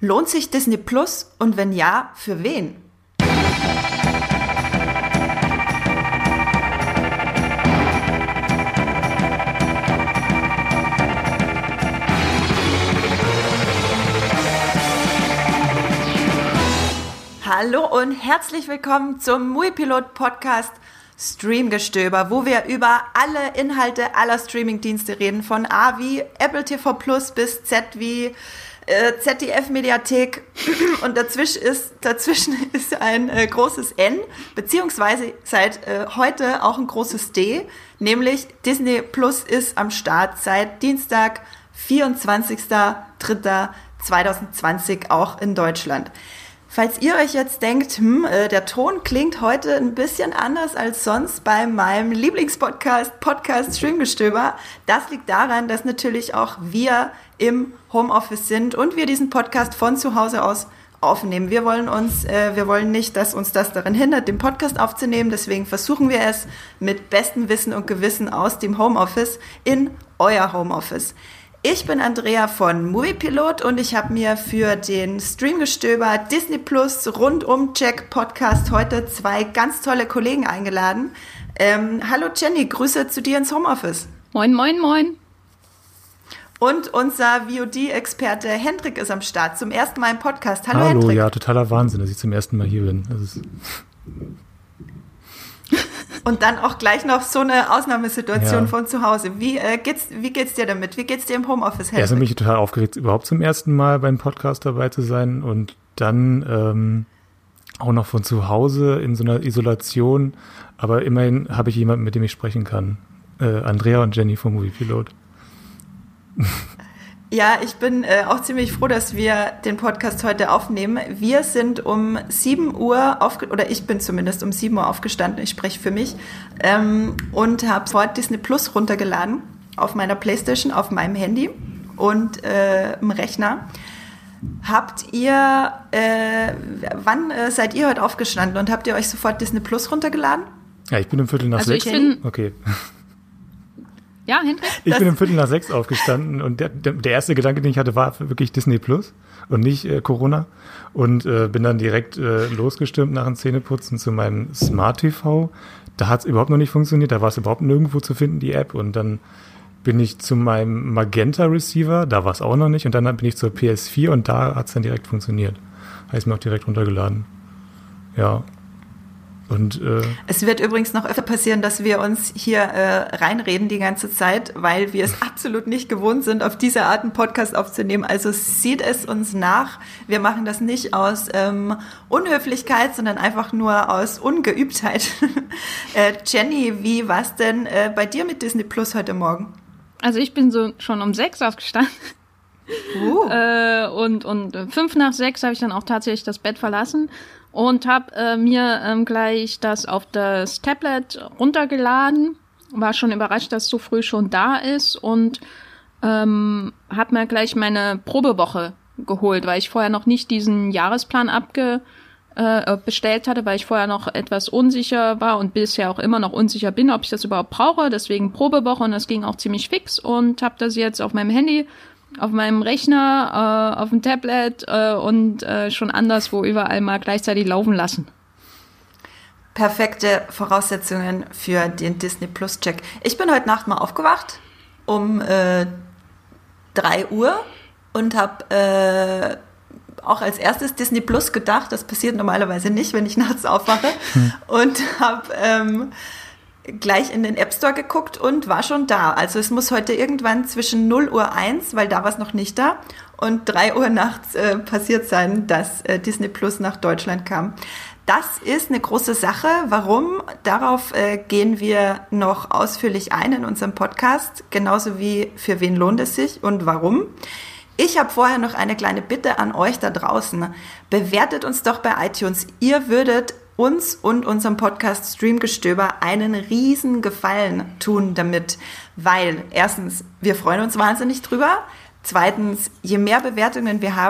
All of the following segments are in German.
Lohnt sich Disney Plus und wenn ja, für wen? Hallo und herzlich willkommen zum Muipilot-Podcast Streamgestöber, wo wir über alle Inhalte aller Streamingdienste reden, von A wie Apple TV Plus bis Z wie ZDF-Mediathek und dazwischen ist ein großes N, beziehungsweise seit heute auch ein großes D, nämlich Disney Plus ist am Start seit Dienstag, 24.03.2020 auch in Deutschland. Falls ihr euch jetzt denkt, der Ton klingt heute ein bisschen anders als sonst bei meinem Lieblingspodcast, Podcast Streamgestöber, das liegt daran, dass natürlich auch wir im Homeoffice sind und wir diesen Podcast von zu Hause aus aufnehmen. Wir wollen nicht, dass uns das daran hindert, den Podcast aufzunehmen, deswegen versuchen wir es mit bestem Wissen und Gewissen aus dem Homeoffice in euer Homeoffice. Ich bin Andrea von Muipilot und ich habe mir für den Streamgestöber Disney Plus Rundum-Check Podcast heute zwei ganz tolle Kollegen eingeladen. Hallo Jenny, Grüße zu dir ins Homeoffice. Moin, moin, moin. Und unser VOD-Experte Hendrik ist am Start, zum ersten Mal im Podcast. Hallo Hendrik. Hendrik. Ja, totaler Wahnsinn, dass ich zum ersten Mal hier bin. Und dann auch gleich noch so eine Ausnahmesituation von zu Hause. Wie geht's dir damit? Wie geht's dir im Homeoffice, Hendrik? Erstmal bin ich total aufgeregt, überhaupt zum ersten Mal beim Podcast dabei zu sein und dann auch noch von zu Hause in so einer Isolation. Aber immerhin habe ich jemanden, mit dem ich sprechen kann. Andrea und Jenny vom Muipilot. Ja, ich bin auch ziemlich froh, dass wir den Podcast heute aufnehmen. Wir sind um 7 Uhr oder ich bin zumindest um 7 Uhr aufgestanden, ich spreche für mich, und habe sofort Disney Plus runtergeladen auf meiner Playstation, auf meinem Handy und im Rechner. Wann seid ihr heute aufgestanden und habt ihr euch sofort Disney Plus runtergeladen? Ja, ich bin um 5:45. Okay. Ja, Hendrik? Ich bin um 5:45 aufgestanden und der erste Gedanke, den ich hatte, war wirklich Disney Plus und nicht Corona und bin dann direkt losgestürmt nach dem Zähneputzen zu meinem Smart TV. Da hat es überhaupt noch nicht funktioniert, da war es überhaupt nirgendwo zu finden, die App, und dann bin ich zu meinem Magenta Receiver, da war es auch noch nicht, und dann bin ich zur PS4 und da hat es dann direkt funktioniert. Habe ich mir auch direkt runtergeladen. Ja. Und, es wird übrigens noch öfter passieren, dass wir uns hier reinreden die ganze Zeit, weil wir es absolut nicht gewohnt sind, auf diese Art einen Podcast aufzunehmen. Also sieht es uns nach. Wir machen das nicht aus Unhöflichkeit, sondern einfach nur aus Ungeübtheit. Jenny, wie war es denn bei dir mit Disney Plus heute Morgen? Also ich bin so schon um 6 aufgestanden. Und 5:05 habe ich dann auch tatsächlich das Bett verlassen und habe mir gleich das auf das Tablet runtergeladen. War schon überrascht, dass es so früh schon da ist, und habe mir gleich meine Probewoche geholt, weil ich vorher noch nicht diesen Jahresplan bestellt hatte, weil ich vorher noch etwas unsicher war und bisher auch immer noch unsicher bin, ob ich das überhaupt brauche. Deswegen Probewoche, und das ging auch ziemlich fix, und habe das jetzt auf meinem Handy, auf meinem Rechner, auf dem Tablet und schon anderswo überall mal gleichzeitig laufen lassen. Perfekte Voraussetzungen für den Disney Plus Check. Ich bin heute Nacht mal aufgewacht um 3 Uhr und habe auch als erstes Disney Plus gedacht. Das passiert normalerweise nicht, wenn ich nachts aufwache. Und habe gleich in den App Store geguckt und war schon da. Also es muss heute irgendwann zwischen 0:01 Uhr, weil da war es noch nicht da, und 3 Uhr nachts passiert sein, dass Disney Plus nach Deutschland kam. Das ist eine große Sache. Warum? Darauf gehen wir noch ausführlich ein in unserem Podcast, genauso wie für wen lohnt es sich und warum. Ich habe vorher noch eine kleine Bitte an euch da draußen. Bewertet uns doch bei iTunes. Ihr würdet uns und unserem Podcast Streamgestöber einen riesen Gefallen tun damit, weil erstens, wir freuen uns wahnsinnig drüber, zweitens, je mehr Bewertungen wir haben,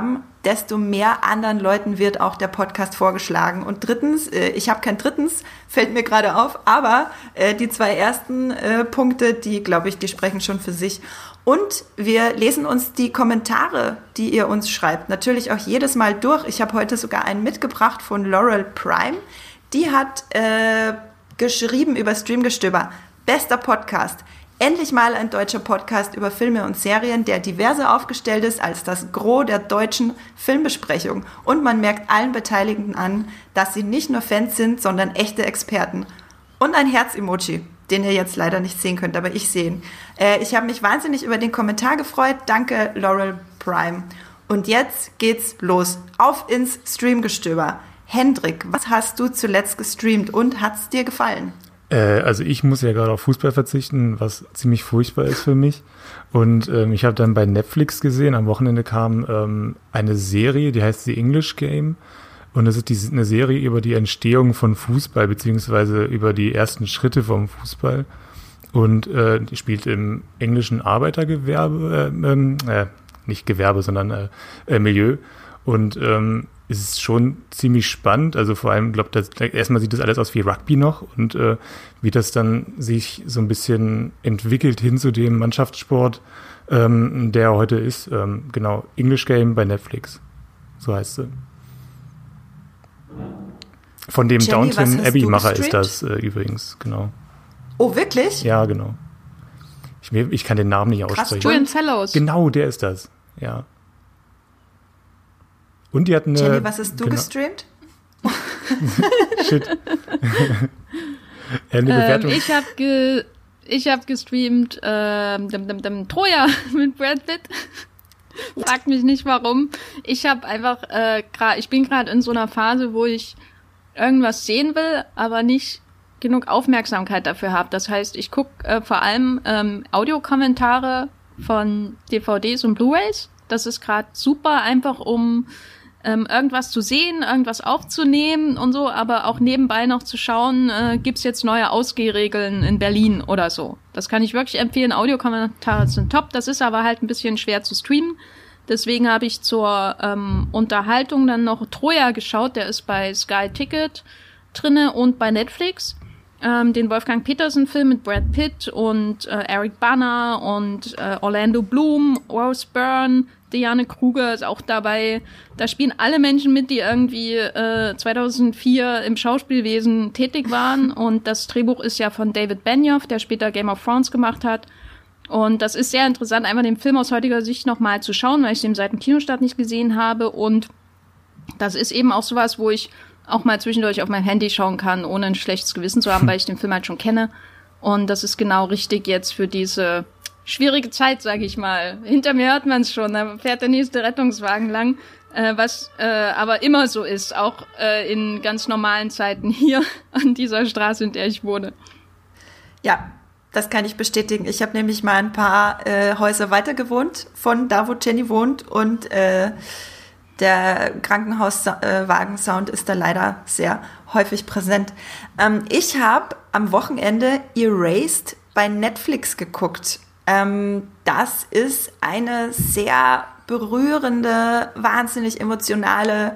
desto mehr anderen Leuten wird auch der Podcast vorgeschlagen. Und drittens, ich habe kein drittens, fällt mir gerade auf, aber die 2 ersten Punkte, die, glaube ich, die sprechen schon für sich. Und wir lesen uns die Kommentare, die ihr uns schreibt, natürlich auch jedes Mal durch. Ich habe heute sogar einen mitgebracht von Laurel Prime. Die hat geschrieben über Streamgestöber. Bester Podcast. Endlich mal ein deutscher Podcast über Filme und Serien, der diverser aufgestellt ist als das Gros der deutschen Filmbesprechung. Und man merkt allen Beteiligten an, dass sie nicht nur Fans sind, sondern echte Experten. Und ein Herz-Emoji, den ihr jetzt leider nicht sehen könnt, aber ich sehe ihn. Ich habe mich wahnsinnig über den Kommentar gefreut. Danke, Laurel Prime. Und jetzt geht's los. Auf ins Streamgestöber. Hendrik, was hast du zuletzt gestreamt und hat's dir gefallen? Also ich muss ja gerade auf Fußball verzichten, was ziemlich furchtbar ist für mich. Und ich habe dann bei Netflix gesehen, am Wochenende kam eine Serie, die heißt The English Game. Und das ist eine Serie über die Entstehung von Fußball, beziehungsweise über die ersten Schritte vom Fußball. Und die spielt im englischen Arbeitergewerbe, nicht Gewerbe, sondern Milieu. Und es ist schon ziemlich spannend, also vor allem, glaube ich, erstmal sieht das alles aus wie Rugby noch und wie das dann sich so ein bisschen entwickelt hin zu dem Mannschaftssport, der heute ist. Genau, English Game bei Netflix, so heißt sie. Von dem Jenny, Downton Abbey-Macher ist das übrigens, genau. Oh, wirklich? Ja, genau. Ich kann den Namen nicht aussprechen. Julian Fellows. Genau, der ist das, ja. Und die hatten Jenny, was hast du gestreamt? Shit. Eine Bewertung. Ich hab gestreamt Troja mit Brad Pitt. Frag mich nicht warum. Ich habe einfach ich bin gerade in so einer Phase, wo ich irgendwas sehen will, aber nicht genug Aufmerksamkeit dafür habe. Das heißt, ich gucke vor allem Audiokommentare von DVDs und Blu-rays. Das ist gerade super, einfach um irgendwas zu sehen, irgendwas aufzunehmen und so, aber auch nebenbei noch zu schauen, gibt's jetzt neue Ausgehregeln in Berlin oder so. Das kann ich wirklich empfehlen. Audiokommentare sind top, das ist aber halt ein bisschen schwer zu streamen. Deswegen habe ich zur Unterhaltung dann noch Troja geschaut, der ist bei Sky Ticket drinne und bei Netflix. Den Wolfgang Petersen-Film mit Brad Pitt und Eric Bana und Orlando Bloom, Rose Byrne, Diane Kruger ist auch dabei. Da spielen alle Menschen mit, die irgendwie 2004 im Schauspielwesen tätig waren. Und das Drehbuch ist ja von David Benioff, der später Game of Thrones gemacht hat. Und das ist sehr interessant, einfach den Film aus heutiger Sicht nochmal zu schauen, weil ich den seit dem Kinostart nicht gesehen habe. Und das ist eben auch sowas, wo ich auch mal zwischendurch auf mein Handy schauen kann, ohne ein schlechtes Gewissen zu haben, weil ich den Film halt schon kenne. Und das ist genau richtig jetzt für diese schwierige Zeit, sage ich mal. Hinter mir hört man es schon, da fährt der nächste Rettungswagen lang, was aber immer so ist, auch in ganz normalen Zeiten hier an dieser Straße, in der ich wohne. Ja, das kann ich bestätigen. Ich habe nämlich mal ein paar Häuser weiter gewohnt von da, wo Jenny wohnt und der Krankenhauswagensound ist da leider sehr häufig präsent. Ich habe am Wochenende Erased bei Netflix geguckt. Das ist eine sehr berührende, wahnsinnig emotionale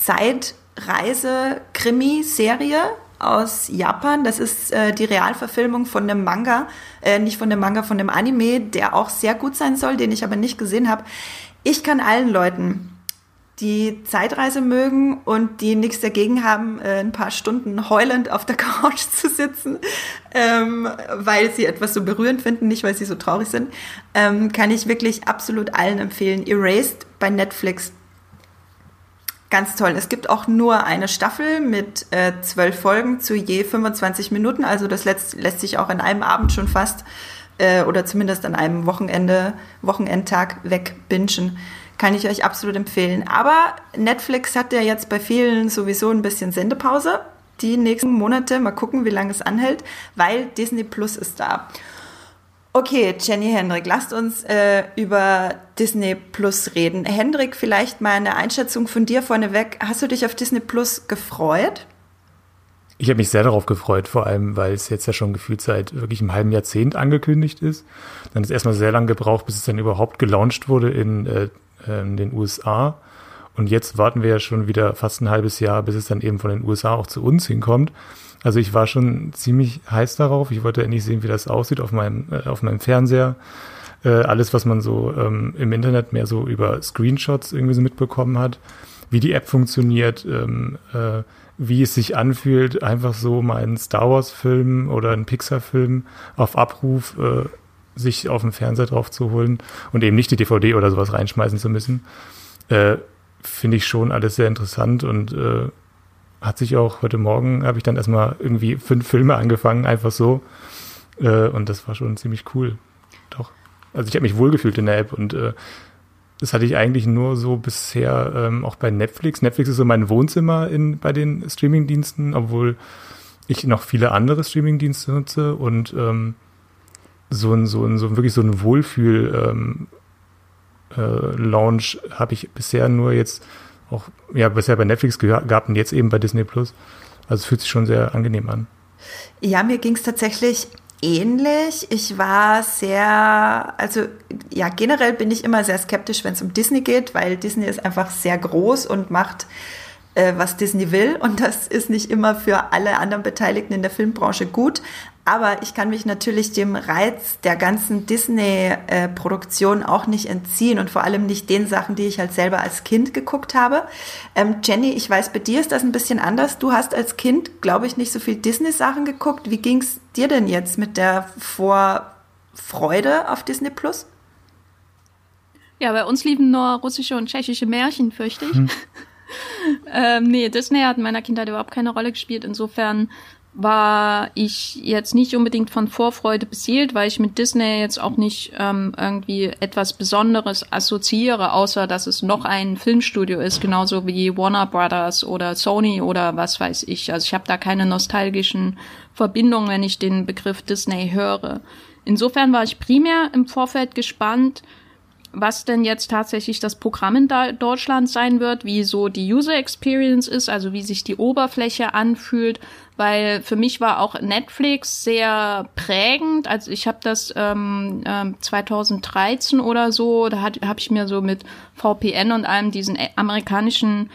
Zeitreise-Krimi-Serie aus Japan. Das ist die Realverfilmung von einem Manga, nicht von dem Manga, von dem Anime, der auch sehr gut sein soll, den ich aber nicht gesehen habe. Ich kann allen Leuten, die Zeitreise mögen und die nichts dagegen haben, ein paar Stunden heulend auf der Couch zu sitzen, weil sie etwas so berührend finden, nicht weil sie so traurig sind, kann ich wirklich absolut allen empfehlen. Erased bei Netflix. Ganz toll. Es gibt auch nur eine Staffel mit 12 Folgen zu je 25 Minuten. Also das lässt sich auch an einem Abend schon fast oder zumindest an einem Wochenendtag wegbingen. Kann ich euch absolut empfehlen. Aber Netflix hat ja jetzt bei vielen sowieso ein bisschen Sendepause. Die nächsten Monate, mal gucken, wie lange es anhält, weil Disney Plus ist da. Okay, Jenny, Hendrik, lasst uns über Disney Plus reden. Hendrik, vielleicht mal eine Einschätzung von dir vorneweg. Hast du dich auf Disney Plus gefreut? Ich habe mich sehr darauf gefreut, vor allem, weil es jetzt ja schon gefühlt seit wirklich einem halben Jahrzehnt angekündigt ist. Dann ist es erstmal sehr lange gebraucht, bis es dann überhaupt gelauncht wurde in den USA. Und jetzt warten wir ja schon wieder fast ein halbes Jahr, bis es dann eben von den USA auch zu uns hinkommt. Also ich war schon ziemlich heiß darauf. Ich wollte endlich sehen, wie das aussieht auf meinem Fernseher. Alles, was man so im Internet mehr so über Screenshots irgendwie so mitbekommen hat, wie die App funktioniert, wie es sich anfühlt, einfach so mal einen Star Wars-Film oder einen Pixar-Film auf Abruf sich auf dem Fernseher drauf zu holen und eben nicht die DVD oder sowas reinschmeißen zu müssen, finde ich schon alles sehr interessant und hat sich auch heute Morgen, habe ich dann erstmal irgendwie 5 Filme angefangen, einfach so, und das war schon ziemlich cool. Doch. Also ich habe mich wohlgefühlt in der App und das hatte ich eigentlich nur so bisher auch bei Netflix. Netflix ist so mein Wohnzimmer bei den Streamingdiensten, obwohl ich noch viele andere Streamingdienste nutze und wirklich so ein Wohlfühl Launch habe ich bisher nur jetzt auch, ja, bisher bei Netflix gehabt und jetzt eben bei Disney Plus. Also es fühlt sich schon sehr angenehm an. Ja, mir ging es tatsächlich ähnlich. Ich war generell bin ich immer sehr skeptisch, wenn es um Disney geht, weil Disney ist einfach sehr groß und macht, was Disney will. Und das ist nicht immer für alle anderen Beteiligten in der Filmbranche gut. Aber ich kann mich natürlich dem Reiz der ganzen Disney-Produktion auch nicht entziehen und vor allem nicht den Sachen, die ich halt selber als Kind geguckt habe. Jenny, ich weiß, bei dir ist das ein bisschen anders. Du hast als Kind, glaube ich, nicht so viel Disney-Sachen geguckt. Wie ging es dir denn jetzt mit der Vorfreude auf Disney Plus? Ja, bei uns liefen nur russische und tschechische Märchen, fürchte ich. Nee, Disney hat in meiner Kindheit überhaupt keine Rolle gespielt. Insofern war ich jetzt nicht unbedingt von Vorfreude beseelt, weil ich mit Disney jetzt auch nicht irgendwie etwas Besonderes assoziiere, außer dass es noch ein Filmstudio ist, genauso wie Warner Brothers oder Sony oder was weiß ich. Also ich habe da keine nostalgischen Verbindungen, wenn ich den Begriff Disney höre. Insofern war ich primär im Vorfeld gespannt, was denn jetzt tatsächlich das Programm in Deutschland sein wird, wie so die User Experience ist, also wie sich die Oberfläche anfühlt, weil für mich war auch Netflix sehr prägend. Also ich habe das 2013 oder so, da habe ich mir so mit VPN und allem diesen amerikanischen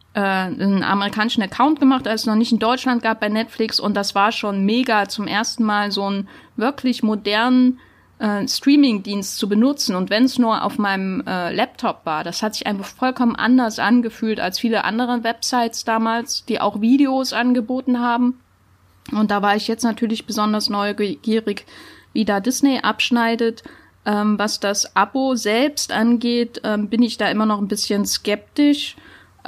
Account gemacht, als es noch nicht in Deutschland gab bei Netflix, und das war schon mega, zum ersten Mal so einen wirklich modernen Streaming-Dienst zu benutzen, und wenn es nur auf meinem Laptop war, das hat sich einfach vollkommen anders angefühlt als viele andere Websites damals, die auch Videos angeboten haben. Und da war ich jetzt natürlich besonders neugierig, wie da Disney abschneidet. Was das Abo selbst angeht, bin ich da immer noch ein bisschen skeptisch.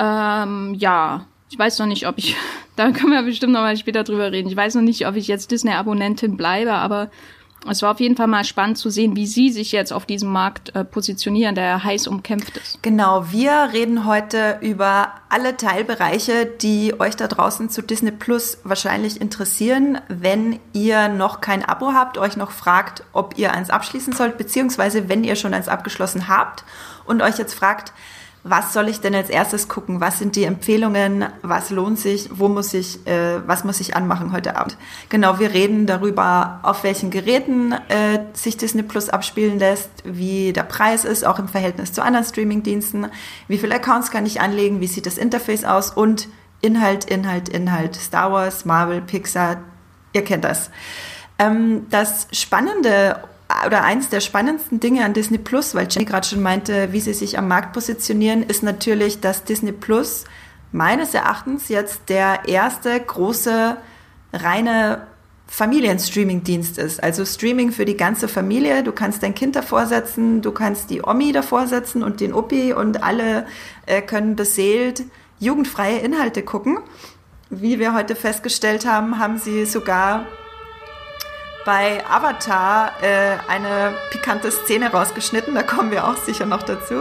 Ja, ich weiß noch nicht, ob ich, da können wir bestimmt noch mal später drüber reden, ich weiß noch nicht, ob ich jetzt Disney-Abonnentin bleibe, aber es war auf jeden Fall mal spannend zu sehen, wie Sie sich jetzt auf diesem Markt positionieren, der heiß umkämpft ist. Genau, wir reden heute über alle Teilbereiche, die euch da draußen zu Disney Plus wahrscheinlich interessieren, wenn ihr noch kein Abo habt, euch noch fragt, ob ihr eins abschließen sollt, beziehungsweise wenn ihr schon eins abgeschlossen habt und euch jetzt fragt, was soll ich denn als erstes gucken? Was sind die Empfehlungen? Was lohnt sich? Was muss ich anmachen heute Abend? Genau, wir reden darüber, auf welchen Geräten sich Disney Plus abspielen lässt, wie der Preis ist, auch im Verhältnis zu anderen Streamingdiensten, wie viele Accounts kann ich anlegen, wie sieht das Interface aus und Inhalt. Star Wars, Marvel, Pixar, ihr kennt das. Das Spannende oder eins der spannendsten Dinge an Disney Plus, weil Jenny gerade schon meinte, wie sie sich am Markt positionieren, ist natürlich, dass Disney Plus meines Erachtens jetzt der erste große, reine Familienstreaming-Dienst ist. Also Streaming für die ganze Familie. Du kannst dein Kind davor setzen, du kannst die Omi davor setzen und den Opi, und alle können beseelt jugendfreie Inhalte gucken. Wie wir heute festgestellt haben, haben sie sogar bei Avatar eine pikante Szene rausgeschnitten, da kommen wir auch sicher noch dazu.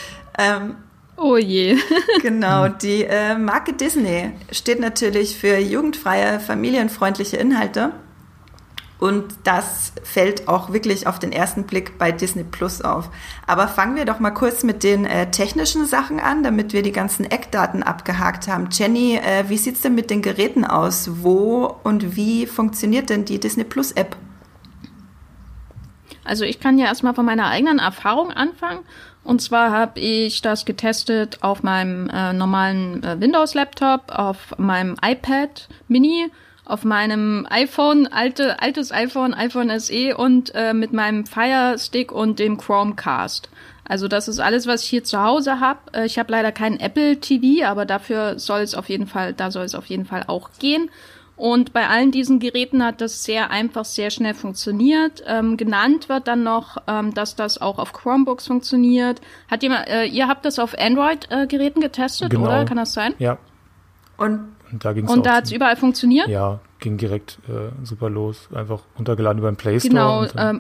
Oh je. Genau, die Marke Disney steht natürlich für jugendfreie, familienfreundliche Inhalte, und das fällt auch wirklich auf den ersten Blick bei Disney Plus auf. Aber fangen wir doch mal kurz mit den technischen Sachen an, damit wir die ganzen Eckdaten abgehakt haben. Jenny, wie sieht's denn mit den Geräten aus? Wo und wie funktioniert denn die Disney Plus App? Also ich kann ja erstmal von meiner eigenen Erfahrung anfangen. Und zwar habe ich das getestet auf meinem normalen Windows-Laptop, auf meinem iPad Mini, auf meinem iPhone, altes iPhone SE und mit meinem Fire Stick und dem Chromecast. Also das ist alles, was ich hier zu Hause habe. Ich habe leider keinen Apple TV, aber da soll es auf jeden Fall auch gehen. Und bei allen diesen Geräten hat das sehr einfach, sehr schnell funktioniert. Genannt wird dann noch, dass das auch auf Chromebooks funktioniert. Ihr habt das auf Android-Geräten getestet, Genau. Oder? Kann das sein? Ja. Und da ging's Und auch da hat es überall funktioniert? Ja, ging direkt super los. Einfach runtergeladen über den Play Store. Genau. Und dann,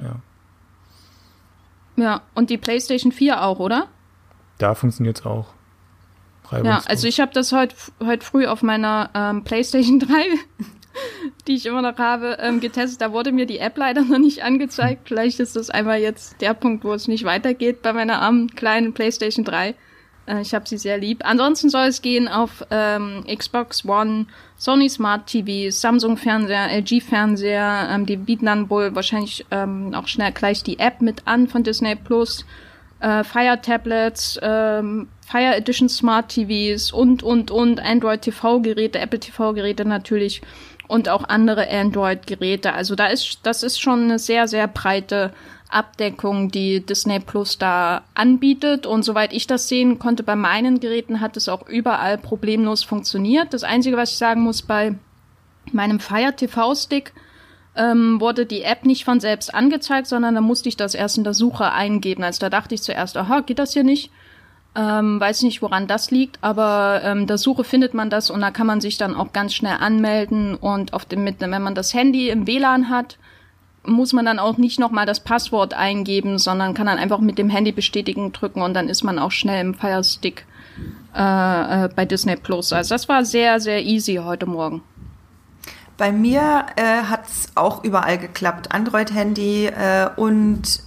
Ja, und die PlayStation 4 auch, oder? Da funktioniert es auch. Ja, also ich habe das heute früh auf meiner PlayStation 3, die ich immer noch habe, getestet. Da wurde mir die App leider noch nicht angezeigt. Vielleicht ist das einmal jetzt der Punkt, wo es nicht weitergeht bei meiner armen kleinen PlayStation 3. Ich habe sie sehr lieb. Ansonsten soll es gehen auf Xbox One, Sony Smart TVs, Samsung Fernseher, LG Fernseher. Die bieten dann wohl wahrscheinlich auch schnell gleich die App mit an von Disney Plus. Fire Tablets, Fire Edition Smart TVs und Android TV-Geräte, Apple TV-Geräte natürlich und auch andere Android-Geräte. Also das ist schon eine sehr, sehr breite Abdeckung, die Disney Plus da anbietet. Und soweit ich das sehen konnte, bei meinen Geräten hat es auch überall problemlos funktioniert. Das Einzige, was ich sagen muss, bei meinem Fire TV-Stick wurde die App nicht von selbst angezeigt, sondern da musste ich das erst in der Suche eingeben. Also da dachte ich zuerst, aha, geht das hier nicht? Weiß nicht, woran das liegt, aber in der Suche findet man das und da kann man sich dann auch ganz schnell anmelden und wenn man das Handy im WLAN hat, muss man dann auch nicht nochmal das Passwort eingeben, sondern kann dann einfach mit dem Handy bestätigen drücken und dann ist man auch schnell im Fire Stick bei Disney Plus. Also das war sehr, sehr easy heute Morgen. Bei mir hat's auch überall geklappt. Android-Handy und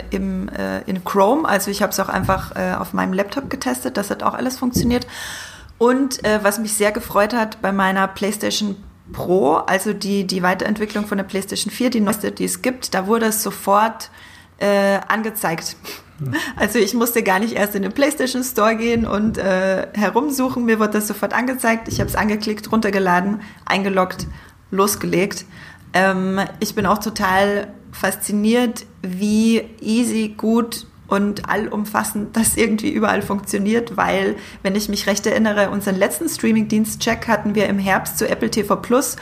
in Chrome. Also ich habe es auch einfach auf meinem Laptop getestet. Das hat auch alles funktioniert. Und was mich sehr gefreut hat, bei meiner PlayStation Pro, also die Weiterentwicklung von der PlayStation 4, die neueste, die es gibt, da wurde es sofort angezeigt. Also ich musste gar nicht erst in den PlayStation Store gehen und herumsuchen. Mir wurde das sofort angezeigt. Ich habe es angeklickt, runtergeladen, eingeloggt, losgelegt. Ich bin auch total fasziniert, wie easy, gut und allumfassend das irgendwie überall funktioniert, weil, wenn ich mich recht erinnere, unseren letzten Streaming-Dienst-Check hatten wir im Herbst zu Apple TV Plus.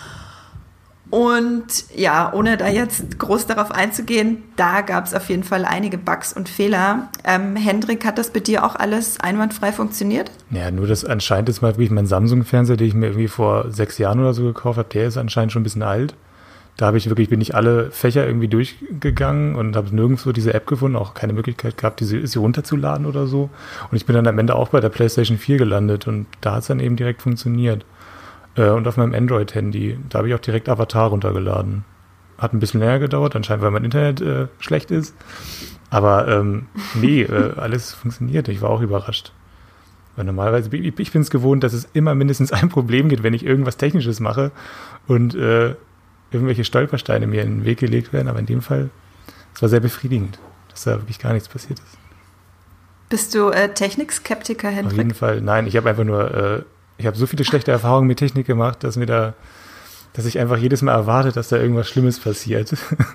Und ja, ohne da jetzt groß darauf einzugehen, da gab es auf jeden Fall einige Bugs und Fehler. Hendrik, hat das bei dir auch alles einwandfrei funktioniert? Ja, nur das anscheinend ist mal wirklich mein Samsung-Fernseher, den ich mir irgendwie vor 6 Jahren oder so gekauft habe, der ist anscheinend schon ein bisschen alt. Da bin ich alle Fächer irgendwie durchgegangen und habe nirgendwo diese App gefunden, auch keine Möglichkeit gehabt, sie runterzuladen oder so. Und ich bin dann am Ende auch bei der PlayStation 4 gelandet und da hat es dann eben direkt funktioniert. Und auf meinem Android-Handy, da habe ich auch direkt Avatar runtergeladen. Hat ein bisschen länger gedauert, anscheinend, weil mein Internet schlecht ist. Aber alles funktioniert. Ich war auch überrascht. Weil normalerweise, ich bin es gewohnt, dass es immer mindestens ein Problem gibt, wenn ich irgendwas Technisches mache und irgendwelche Stolpersteine mir in den Weg gelegt werden. Aber in dem Fall, es war sehr befriedigend, dass da wirklich gar nichts passiert ist. Bist du Technikskeptiker, Hendrik? Auf jeden Fall, nein. Ich habe einfach nur... Ich habe so viele schlechte Erfahrungen mit Technik gemacht, dass ich einfach jedes Mal erwarte, dass da irgendwas Schlimmes passiert.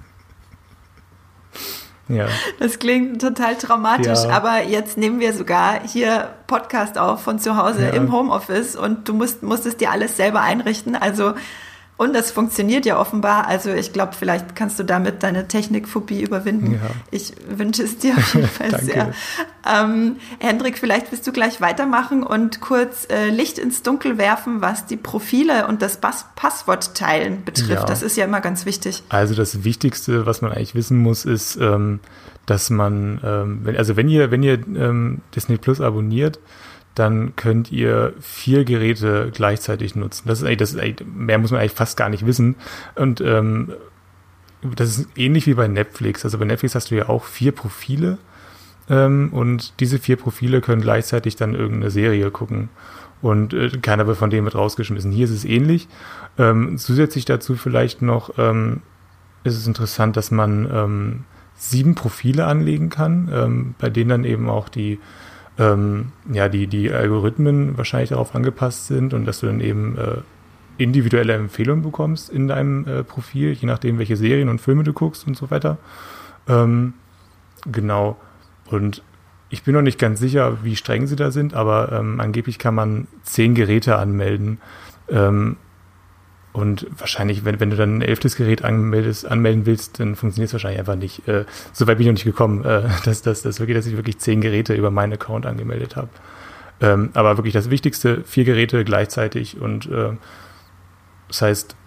Ja. Das klingt total traumatisch, Ja. aber jetzt nehmen wir sogar hier Podcast auf von zu Hause im Homeoffice und du musstest dir alles selber einrichten, und das funktioniert ja offenbar, also ich glaube, vielleicht kannst du damit deine Technikphobie überwinden. Ja. Ich wünsche es dir auf jeden Fall sehr. Hendrik, vielleicht willst du gleich weitermachen und kurz Licht ins Dunkel werfen, was die Profile und das Passwortteilen betrifft. Ja. Das ist ja immer ganz wichtig. Also das Wichtigste, was man eigentlich wissen muss, ist, dass man, wenn ihr Disney Plus abonniert, dann könnt ihr 4 Geräte gleichzeitig nutzen. Mehr muss man eigentlich fast gar nicht wissen. Und das ist ähnlich wie bei Netflix. Also bei Netflix hast du ja auch 4 Profile und diese 4 Profile können gleichzeitig dann irgendeine Serie gucken. Und keiner wird von denen mit rausgeschmissen. Hier ist es ähnlich. Zusätzlich dazu vielleicht noch ist es interessant, dass man 7 Profile anlegen kann, bei denen dann eben auch die Algorithmen wahrscheinlich darauf angepasst sind und dass du dann eben individuelle Empfehlungen bekommst in deinem Profil, je nachdem, welche Serien und Filme du guckst und so weiter. Genau. Und ich bin noch nicht ganz sicher, wie streng sie da sind, aber angeblich kann man 10 Geräte anmelden. Und wahrscheinlich, wenn du dann ein 11. Gerät anmelden willst, dann funktioniert es wahrscheinlich einfach nicht. So weit bin ich noch nicht gekommen, dass ich wirklich 10 Geräte über meinen Account angemeldet habe. Aber wirklich das Wichtigste, 4 Geräte gleichzeitig und das heißt,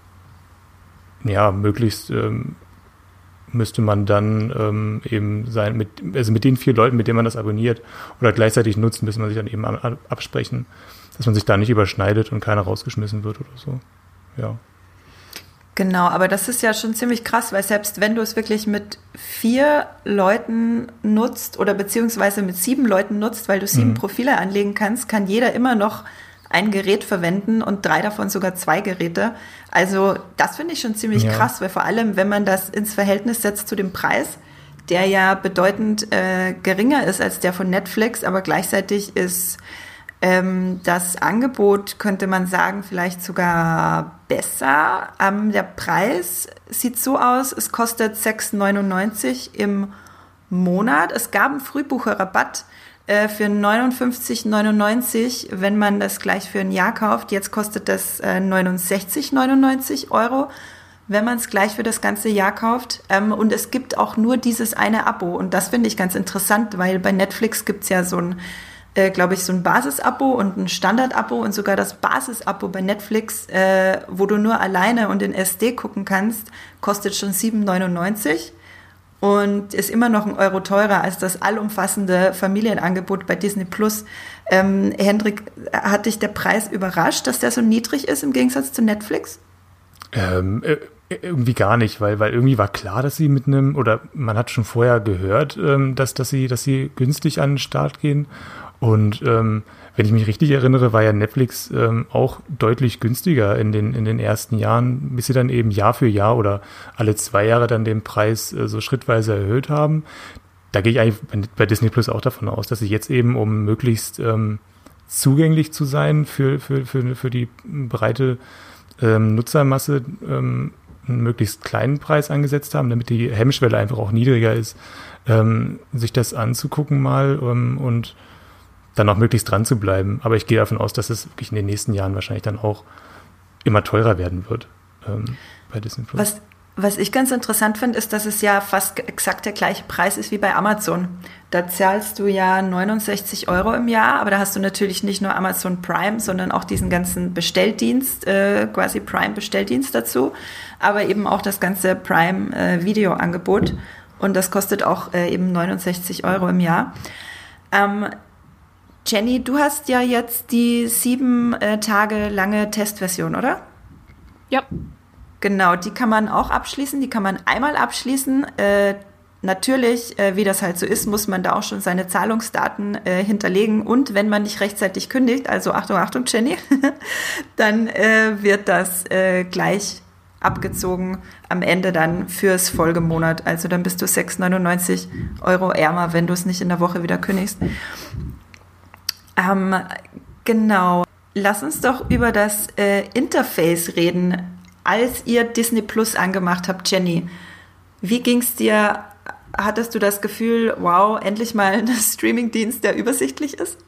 ja, möglichst müsste man dann eben sein, mit den 4 Leuten, mit denen man das abonniert oder gleichzeitig nutzt, müsste man sich dann eben absprechen, dass man sich da nicht überschneidet und keiner rausgeschmissen wird oder so. Ja. Genau, aber das ist ja schon ziemlich krass, weil selbst wenn du es wirklich mit 4 Leuten nutzt oder beziehungsweise mit 7 Leuten nutzt, weil du 7 Profile anlegen kannst, kann jeder immer noch ein Gerät verwenden und 3 davon sogar 2 Geräte. Also das finde ich schon ziemlich krass, weil vor allem, wenn man das ins Verhältnis setzt zu dem Preis, der ja bedeutend geringer ist als der von Netflix, aber gleichzeitig ist das Angebot, könnte man sagen, vielleicht sogar besser. Der Preis sieht so aus, es kostet 6,99 im Monat. Es gab einen Frühbucherrabatt für 59,99, wenn man das gleich für ein Jahr kauft. Jetzt kostet das 69,99 €, wenn man es gleich für das ganze Jahr kauft. Und es gibt auch nur dieses eine Abo. Und das finde ich ganz interessant, weil bei Netflix gibt es ja so ein Basis-Abo und ein Standard-Abo und sogar das Basis-Abo bei Netflix, wo du nur alleine und in SD gucken kannst, kostet schon 7,99 und ist immer noch 1 € teurer als das allumfassende Familienangebot bei Disney+. Hendrik, hat dich der Preis überrascht, dass der so niedrig ist im Gegensatz zu Netflix? Irgendwie gar nicht, weil irgendwie war klar, dass sie oder man hat schon vorher gehört, dass sie günstig an den Start gehen. Und wenn ich mich richtig erinnere, war ja Netflix auch deutlich günstiger in den ersten Jahren, bis sie dann eben Jahr für Jahr oder alle 2 Jahre dann den Preis so schrittweise erhöht haben. Da gehe ich eigentlich bei Disney Plus auch davon aus, dass sie jetzt eben, um möglichst zugänglich zu sein für die breite Nutzermasse, einen möglichst kleinen Preis angesetzt haben, damit die Hemmschwelle einfach auch niedriger ist, sich das anzugucken mal und dann auch möglichst dran zu bleiben. Aber ich gehe davon aus, dass es wirklich in den nächsten Jahren wahrscheinlich dann auch immer teurer werden wird bei Disney Plus. Was ich ganz interessant finde, ist, dass es ja fast exakt der gleiche Preis ist wie bei Amazon. Da zahlst du ja 69 € im Jahr, aber da hast du natürlich nicht nur Amazon Prime, sondern auch diesen ganzen Bestelldienst, quasi Prime-Bestelldienst dazu, aber eben auch das ganze Prime-Video-Angebot. Und das kostet auch eben 69 € im Jahr. Jenny, du hast ja jetzt die 7 Tage lange Testversion, oder? Ja. Genau, die kann man auch abschließen, die kann man einmal abschließen. Natürlich, wie das halt so ist, muss man da auch schon seine Zahlungsdaten hinterlegen und wenn man nicht rechtzeitig kündigt, also Achtung, Jenny, dann wird das gleich abgezogen am Ende dann fürs Folgemonat. Also dann bist du 6,99 € ärmer, wenn du es nicht in der Woche wieder kündigst. Genau. Lass uns doch über das Interface reden. Als ihr Disney Plus angemacht habt, Jenny, wie ging's dir? Hattest du das Gefühl, wow, endlich mal ein Streamingdienst, der übersichtlich ist?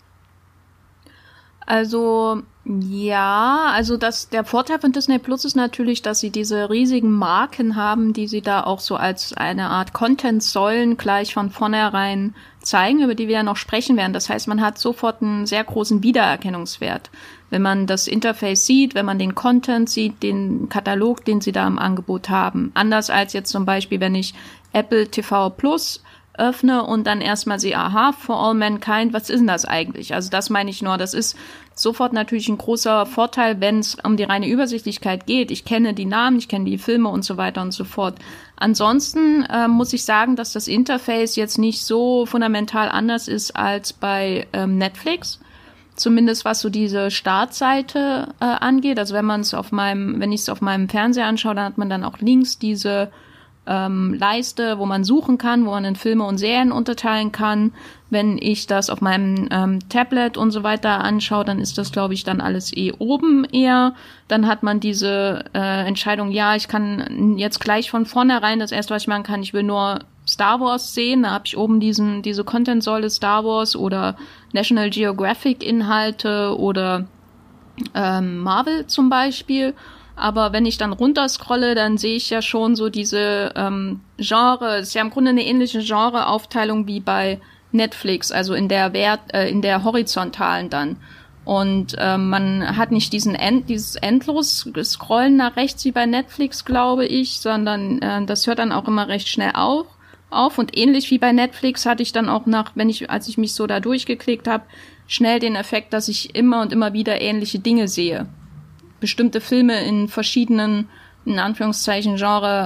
Also ja, der Vorteil von Disney Plus ist natürlich, dass sie diese riesigen Marken haben, die sie da auch so als eine Art Content-Säulen gleich von vornherein zeigen, über die wir ja noch sprechen werden. Das heißt, man hat sofort einen sehr großen Wiedererkennungswert. Wenn man das Interface sieht, wenn man den Content sieht, den Katalog, den sie da im Angebot haben. Anders als jetzt zum Beispiel, wenn ich Apple TV Plus öffne und dann erstmal sehe, aha, For All Mankind, was ist denn das eigentlich? Also das meine ich nur, das ist sofort natürlich ein großer Vorteil, wenn es um die reine Übersichtlichkeit geht. Ich kenne die Namen, ich kenne die Filme und so weiter und so fort. Ansonsten muss ich sagen, dass das Interface jetzt nicht so fundamental anders ist als bei Netflix. Zumindest was so diese Startseite angeht. Also wenn ich es auf meinem Fernseher anschaue, dann hat man dann auch links diese Leiste, wo man suchen kann, wo man in Filme und Serien unterteilen kann. Wenn ich das auf meinem Tablet und so weiter anschaue, dann ist das, glaube ich, dann alles oben eher. Dann hat man diese Entscheidung, ja, ich kann jetzt gleich von vornherein, das erste, was ich machen kann, ich will nur Star Wars sehen. Da habe ich oben diese Content-Säule Star Wars oder National Geographic-Inhalte oder Marvel zum Beispiel. Aber wenn ich dann runterscrolle, dann sehe ich ja schon so diese Genre, es ist ja im Grunde eine ähnliche Genreaufteilung wie bei Netflix, also in der horizontalen dann. Und man hat nicht dieses endlos Scrollen nach rechts wie bei Netflix, glaube ich, sondern das hört dann auch immer recht schnell auf. Und ähnlich wie bei Netflix hatte ich dann auch als ich mich so da durchgeklickt habe, schnell den Effekt, dass ich immer und immer wieder ähnliche Dinge sehe. Bestimmte Filme in verschiedenen, in Anführungszeichen,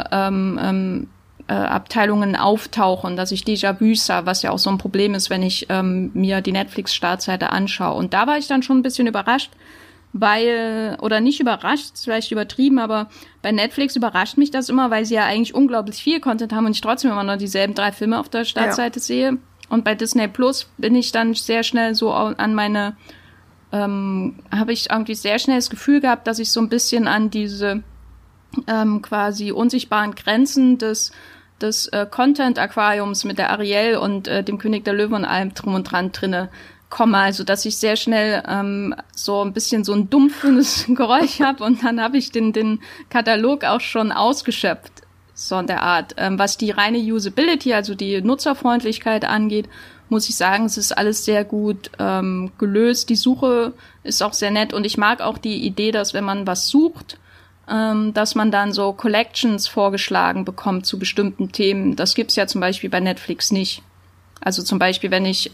Abteilungen auftauchen, dass ich Déjà-vus habe, was ja auch so ein Problem ist, wenn ich mir die Netflix-Startseite anschaue. Und da war ich dann schon ein bisschen überrascht, oder nicht überrascht, ist vielleicht übertrieben, aber bei Netflix überrascht mich das immer, weil sie ja eigentlich unglaublich viel Content haben und ich trotzdem immer nur dieselben 3 Filme auf der Startseite sehe. Und bei Disney Plus bin ich dann sehr schnell so an meine habe ich irgendwie sehr schnell das Gefühl gehabt, dass ich so ein bisschen an diese quasi unsichtbaren Grenzen des Content-Aquariums mit der Ariel und dem König der Löwen und allem drum und dran drinne komme. Also, dass ich sehr schnell so ein bisschen so ein dumpfes Geräusch habe und dann habe ich den Katalog auch schon ausgeschöpft, so in der Art. Was die reine Usability, also die Nutzerfreundlichkeit angeht, muss ich sagen, es ist alles sehr gut gelöst. Die Suche ist auch sehr nett und ich mag auch die Idee, dass wenn man was sucht, dass man dann so Collections vorgeschlagen bekommt zu bestimmten Themen. Das gibt's ja zum Beispiel bei Netflix nicht. Also zum Beispiel, wenn ich,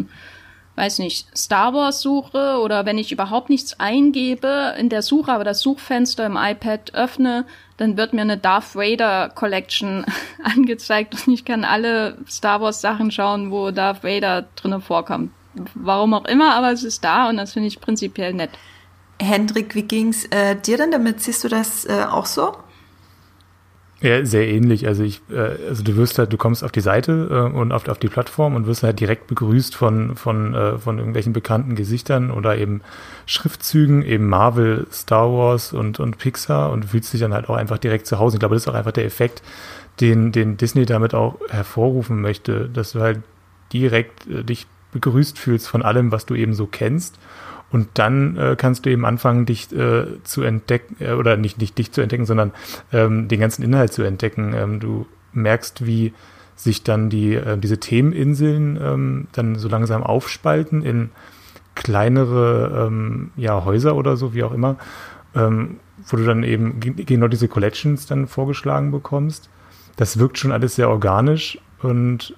Star Wars suche oder wenn ich überhaupt nichts eingebe in der Suche, aber das Suchfenster im iPad öffne, dann wird mir eine Darth Vader Collection angezeigt und ich kann alle Star Wars Sachen schauen, wo Darth Vader drinnen vorkommt. Warum auch immer, aber es ist da und das finde ich prinzipiell nett. Hendrik, wie ging's dir denn damit? Siehst du das auch so? Ja, sehr ähnlich. Also du kommst auf die Seite und auf die Plattform und wirst halt direkt begrüßt von irgendwelchen bekannten Gesichtern oder eben Schriftzügen, eben Marvel, Star Wars und Pixar und du fühlst dich dann halt auch einfach direkt zu Hause. Ich glaube, das ist auch einfach der Effekt, den Disney damit auch hervorrufen möchte, dass du halt direkt dich begrüßt fühlst von allem, was du eben so kennst. Und dann kannst du eben anfangen, dich zu entdecken, oder nicht dich zu entdecken, sondern den ganzen Inhalt zu entdecken. Du merkst, wie sich dann diese Themeninseln dann so langsam aufspalten in kleinere Häuser oder so, wie auch immer, wo du dann eben genau diese Collections dann vorgeschlagen bekommst. Das wirkt schon alles sehr organisch und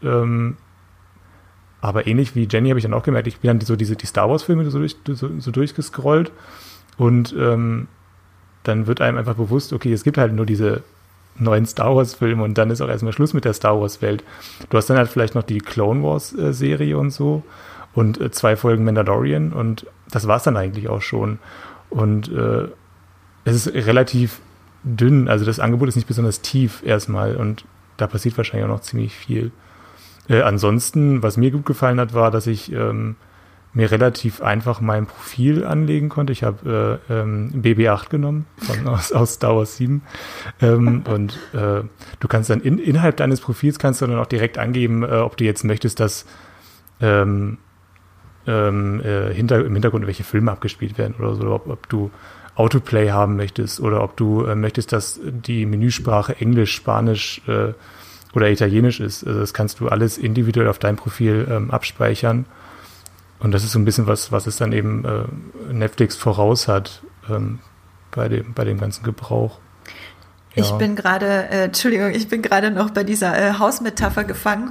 aber ähnlich wie Jenny habe ich dann auch gemerkt, ich bin dann die Star Wars-Filme so durchgescrollt und dann wird einem einfach bewusst, okay, es gibt halt nur diese neuen Star Wars-Filme und dann ist auch erstmal Schluss mit der Star Wars-Welt. Du hast dann halt vielleicht noch die Clone Wars-Serie und so und 2 Folgen Mandalorian und das war's dann eigentlich auch schon. Und es ist relativ dünn, also das Angebot ist nicht besonders tief erstmal und da passiert wahrscheinlich auch noch ziemlich viel. Ansonsten, was mir gut gefallen hat, war, dass ich mir relativ einfach mein Profil anlegen konnte. Ich habe BB-8 genommen aus Star Wars 7 und du kannst dann innerhalb deines Profils kannst du dann auch direkt angeben, ob du jetzt möchtest, dass im Hintergrund welche Filme abgespielt werden oder so, oder ob du Autoplay haben möchtest oder ob du möchtest, dass die Menüsprache Englisch, Spanisch oder Italienisch ist. Also das kannst du alles individuell auf dein Profil abspeichern. Und das ist so ein bisschen was es dann eben Netflix voraus hat bei dem ganzen Gebrauch. Ja. Ich bin gerade noch bei dieser Hausmetapher gefangen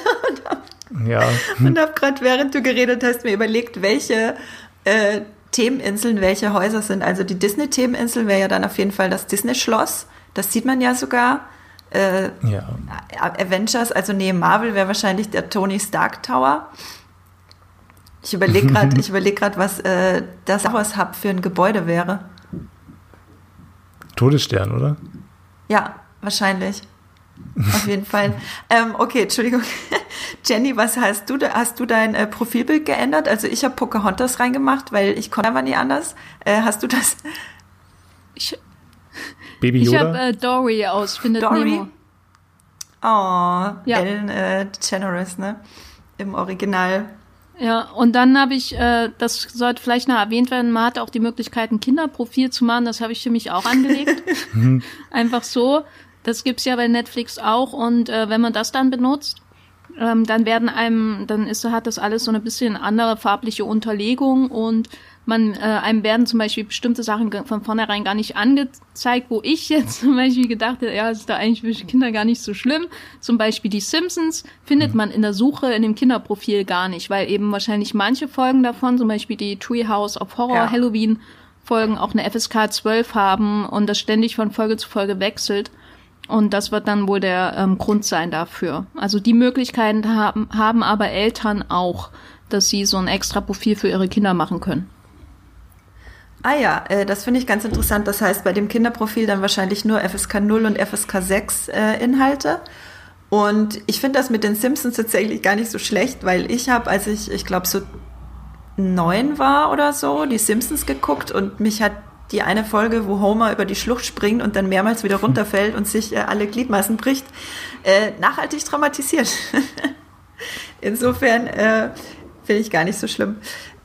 und habe gerade, während du geredet hast, mir überlegt, welche Themeninseln, welche Häuser sind. Also die Disney-Themeninsel wäre ja dann auf jeden Fall das Disney-Schloss. Das sieht man ja sogar. Avengers, also neben Marvel wäre wahrscheinlich der Tony Stark Tower. Ich überlege gerade, was das Star Wars Hub für ein Gebäude wäre. Todesstern, oder? Ja, wahrscheinlich. Auf jeden Fall. Okay, Entschuldigung. Jenny, was hast du? Hast du dein Profilbild geändert? Also ich habe Pocahontas reingemacht, weil ich konnte einfach nie anders. Hast du das? Baby Yoda? Ich habe Dory aus Findet Dory? Nemo. Oh, Ja. Ellen DeGeneres, ne? Im Original. Ja, und dann habe ich, das sollte vielleicht noch erwähnt werden, man hat auch die Möglichkeit, ein Kinderprofil zu machen, das habe ich für mich auch angelegt. Einfach so. Das gibt's ja bei Netflix auch und wenn man das dann benutzt, dann hat das alles so eine bisschen andere farbliche Unterlegung und einem werden zum Beispiel bestimmte Sachen von vornherein gar nicht angezeigt, wo ich jetzt zum Beispiel gedacht hätte, ja, ist da eigentlich für Kinder gar nicht so schlimm. Zum Beispiel die Simpsons findet man in der Suche in dem Kinderprofil gar nicht, weil eben wahrscheinlich manche Folgen davon, zum Beispiel die Treehouse of Horror, Halloween Folgen auch eine FSK 12 haben und das ständig von Folge zu Folge wechselt. Und das wird dann wohl der Grund sein dafür. Also die Möglichkeiten haben aber Eltern auch, dass sie so ein extra Profil für ihre Kinder machen können. Ah ja, das finde ich ganz interessant. Das heißt, bei dem Kinderprofil dann wahrscheinlich nur FSK 0 und FSK 6 Inhalte. Und ich finde das mit den Simpsons tatsächlich gar nicht so schlecht, weil ich habe, als ich glaube so 9 war oder so, die Simpsons geguckt und mich hat die eine Folge, wo Homer über die Schlucht springt und dann mehrmals wieder runterfällt und sich alle Gliedmaßen bricht, nachhaltig traumatisiert. Insofern finde ich gar nicht so schlimm.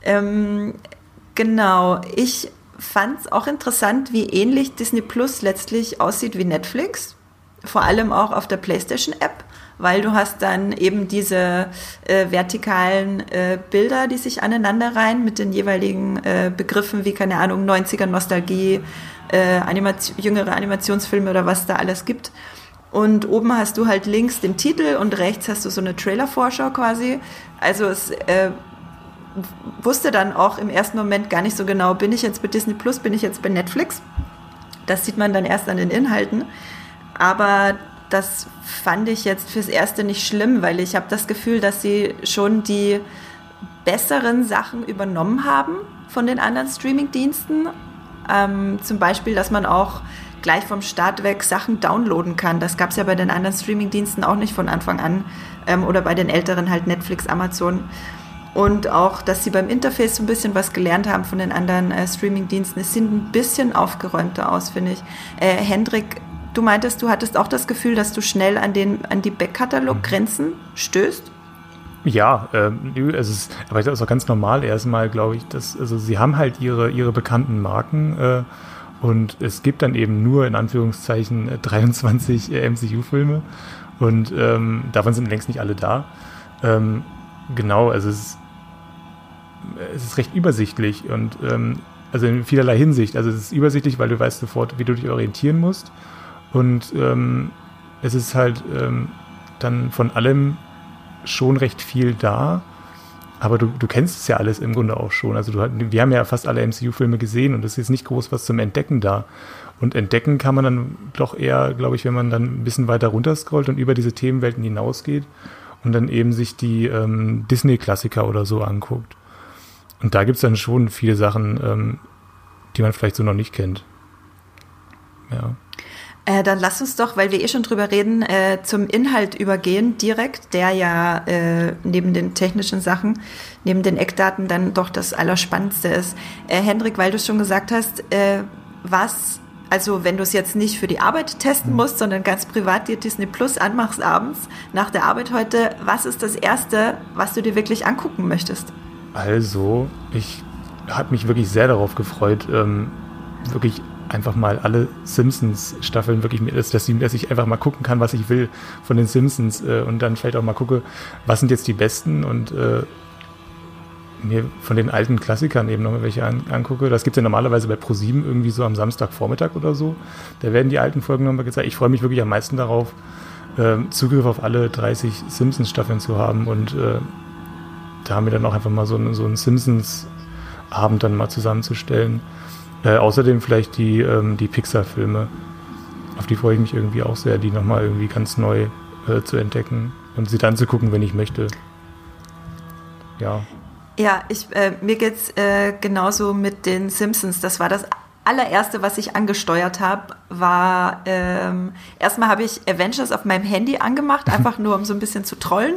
Genau, ich fand es auch interessant, wie ähnlich Disney Plus letztlich aussieht wie Netflix, vor allem auch auf der PlayStation-App, weil du hast dann eben diese vertikalen Bilder, die sich aneinanderreihen mit den jeweiligen Begriffen wie, keine Ahnung, 90er-Nostalgie, jüngere Animationsfilme oder was da alles gibt. Und oben hast du halt links den Titel und rechts hast du so eine Trailer-Vorschau quasi. Also es wusste dann auch im ersten Moment gar nicht so genau, bin ich jetzt bei Disney Plus, bin ich jetzt bei Netflix? Das sieht man dann erst an den Inhalten. Aber das fand ich jetzt fürs Erste nicht schlimm, weil ich habe das Gefühl, dass sie schon die besseren Sachen übernommen haben von den anderen Streaming-Diensten. Zum Beispiel, dass man auch gleich vom Start weg Sachen downloaden kann. Das gab es ja bei den anderen Streaming-Diensten auch nicht von Anfang an. Oder bei den älteren halt Netflix, Amazon. Und auch, dass sie beim Interface so ein bisschen was gelernt haben von den anderen Streaming-Diensten. Es sieht ein bisschen aufgeräumter aus, finde ich. Hendrik, du meintest, du hattest auch das Gefühl, dass du schnell an die Backkatalog-Grenzen stößt? Ja, es ist, aber das ist auch ganz normal erstmal, glaube ich, also sie haben halt ihre bekannten Marken und es gibt dann eben nur in Anführungszeichen 23 MCU-Filme und davon sind längst nicht alle da. Genau, also es ist recht übersichtlich und also in vielerlei Hinsicht. Also es ist übersichtlich, weil du weißt sofort, wie du dich orientieren musst und es ist halt dann von allem schon recht viel da, aber du kennst es ja alles im Grunde auch schon. Also wir haben ja fast alle MCU-Filme gesehen und es ist jetzt nicht groß was zum Entdecken da. Und entdecken kann man dann doch eher, glaube ich, wenn man dann ein bisschen weiter runterscrollt und über diese Themenwelten hinausgeht und dann eben sich die Disney-Klassiker oder so anguckt. Und da gibt es dann schon viele Sachen, die man vielleicht so noch nicht kennt. Ja. Dann lass uns doch, weil wir schon drüber reden, zum Inhalt übergehen direkt, der ja neben den technischen Sachen, neben den Eckdaten dann doch das Allerspannendste ist. Hendrik, weil du schon gesagt hast, also wenn du es jetzt nicht für die Arbeit testen musst, sondern ganz privat dir Disney Plus anmachst abends, nach der Arbeit heute, was ist das Erste, was du dir wirklich angucken möchtest? Also, ich habe mich wirklich sehr darauf gefreut, wirklich einfach mal alle Simpsons-Staffeln wirklich, dass ich einfach mal gucken kann, was ich will von den Simpsons und dann vielleicht auch mal gucke, was sind jetzt die besten und mir von den alten Klassikern eben nochmal welche angucke. Das gibt es ja normalerweise bei ProSieben irgendwie so am Samstagvormittag oder so. Da werden die alten Folgen nochmal gezeigt. Ich freue mich wirklich am meisten darauf, Zugriff auf alle 30 Simpsons-Staffeln zu haben und da haben wir dann auch einfach mal so einen Simpsons-Abend dann mal zusammenzustellen. Außerdem vielleicht die Pixar-Filme, auf die freue ich mich irgendwie auch sehr, die nochmal irgendwie ganz neu zu entdecken und sie dann zu gucken, wenn ich möchte. Ja. Ja, mir geht's genauso mit den Simpsons. Das war das allererste, was ich angesteuert habe, war, erstmal habe ich Avengers auf meinem Handy angemacht, einfach nur, um so ein bisschen zu trollen.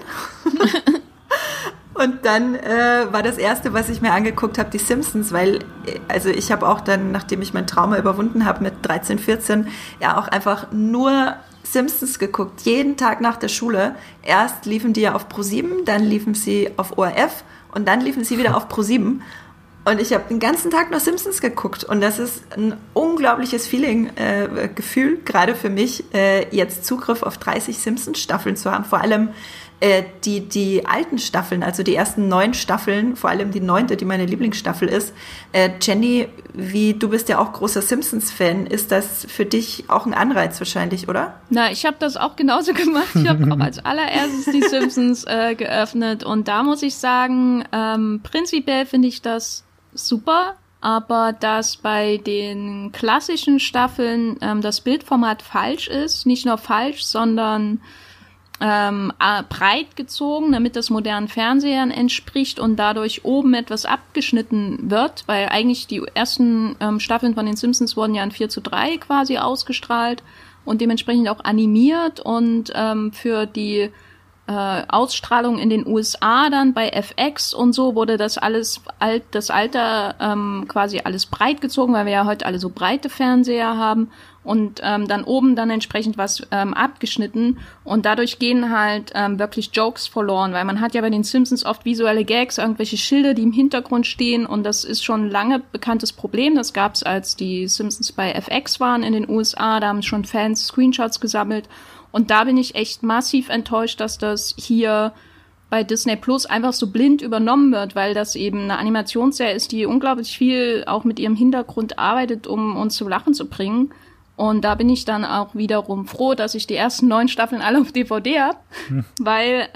Und dann war das Erste, was ich mir angeguckt habe, die Simpsons, weil, also ich habe auch dann, nachdem ich mein Trauma überwunden habe mit 13, 14, ja auch einfach nur Simpsons geguckt, jeden Tag nach der Schule. Erst liefen die ja auf Pro7, dann liefen sie auf ORF und dann liefen sie wieder auf Pro7. Und ich habe den ganzen Tag nur Simpsons geguckt. Und das ist ein unglaubliches Gefühl, gerade für mich, jetzt Zugriff auf 30 Simpsons-Staffeln zu haben. Vor allem die alten Staffeln, also die ersten 9 Staffeln, vor allem die 9., die meine Lieblingsstaffel ist. Jenny, du bist ja auch großer Simpsons-Fan. Ist das für dich auch ein Anreiz wahrscheinlich, oder? Na, ich habe das auch genauso gemacht. Ich habe auch als allererstes die Simpsons geöffnet. Und da muss ich sagen, prinzipiell finde ich das super, aber dass bei den klassischen Staffeln das Bildformat falsch ist, nicht nur falsch, sondern breit gezogen, damit das modernen Fernsehern entspricht und dadurch oben etwas abgeschnitten wird, weil eigentlich die ersten Staffeln von den Simpsons wurden ja in 4:3 quasi ausgestrahlt und dementsprechend auch animiert und für die Ausstrahlung in den USA dann bei FX und so wurde das Alter quasi alles breit gezogen, weil wir ja heute alle so breite Fernseher haben und dann oben dann entsprechend was abgeschnitten und dadurch gehen halt wirklich Jokes verloren, weil man hat ja bei den Simpsons oft visuelle Gags, irgendwelche Schilder, die im Hintergrund stehen und das ist schon lange bekanntes Problem. Das gab's, als die Simpsons bei FX waren in den USA, da haben schon Fans Screenshots gesammelt. Und da bin ich echt massiv enttäuscht, dass das hier bei Disney Plus einfach so blind übernommen wird, weil das eben eine Animationsserie ist, die unglaublich viel auch mit ihrem Hintergrund arbeitet, um uns zum Lachen zu bringen. Und da bin ich dann auch wiederum froh, dass ich die ersten 9 Staffeln alle auf DVD habe, weil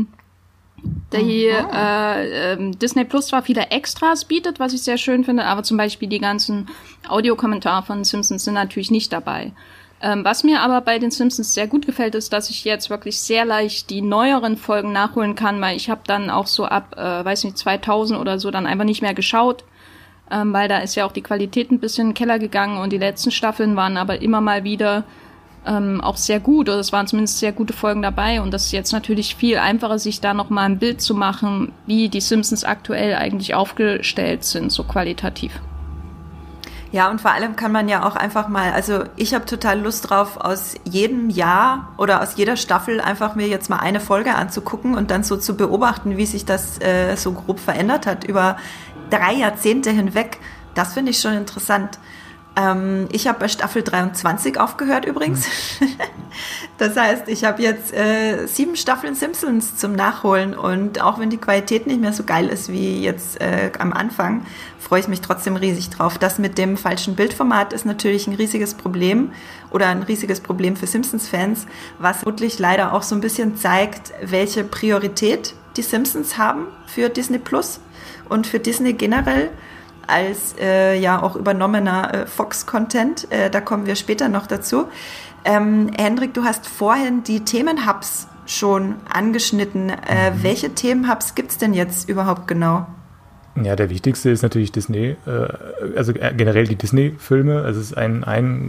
Disney Plus zwar viele Extras bietet, was ich sehr schön finde, aber zum Beispiel die ganzen Audiokommentare von Simpsons sind natürlich nicht dabei. Was mir aber bei den Simpsons sehr gut gefällt, ist, dass ich jetzt wirklich sehr leicht die neueren Folgen nachholen kann, weil ich habe dann auch so ab, 2000 oder so dann einfach nicht mehr geschaut, weil da ist ja auch die Qualität ein bisschen in den Keller gegangen und die letzten Staffeln waren aber immer mal wieder auch sehr gut, oder es waren zumindest sehr gute Folgen dabei und das ist jetzt natürlich viel einfacher, sich da nochmal ein Bild zu machen, wie die Simpsons aktuell eigentlich aufgestellt sind, so qualitativ. Ja, und vor allem kann man ja auch einfach mal, also ich habe total Lust drauf, aus jedem Jahr oder aus jeder Staffel einfach mir jetzt mal eine Folge anzugucken und dann so zu beobachten, wie sich das so grob verändert hat über 3 Jahrzehnte hinweg. Das finde ich schon interessant. Ich habe bei Staffel 23 aufgehört übrigens. Das heißt, ich habe jetzt 7 Staffeln Simpsons zum Nachholen und auch wenn die Qualität nicht mehr so geil ist wie jetzt am Anfang, freue ich mich trotzdem riesig drauf. Das mit dem falschen Bildformat ist natürlich ein riesiges Problem oder ein riesiges Problem für Simpsons-Fans, was vermutlich leider auch so ein bisschen zeigt, welche Priorität die Simpsons haben für Disney Plus und für Disney generell als ja auch übernommener Fox-Content. Da kommen wir später noch dazu. Hendrik, du hast vorhin die Themenhubs schon angeschnitten. Welche Themenhubs gibt es denn jetzt überhaupt genau? Ja, der wichtigste ist natürlich Disney, also generell die Disney-Filme. Also es ist eine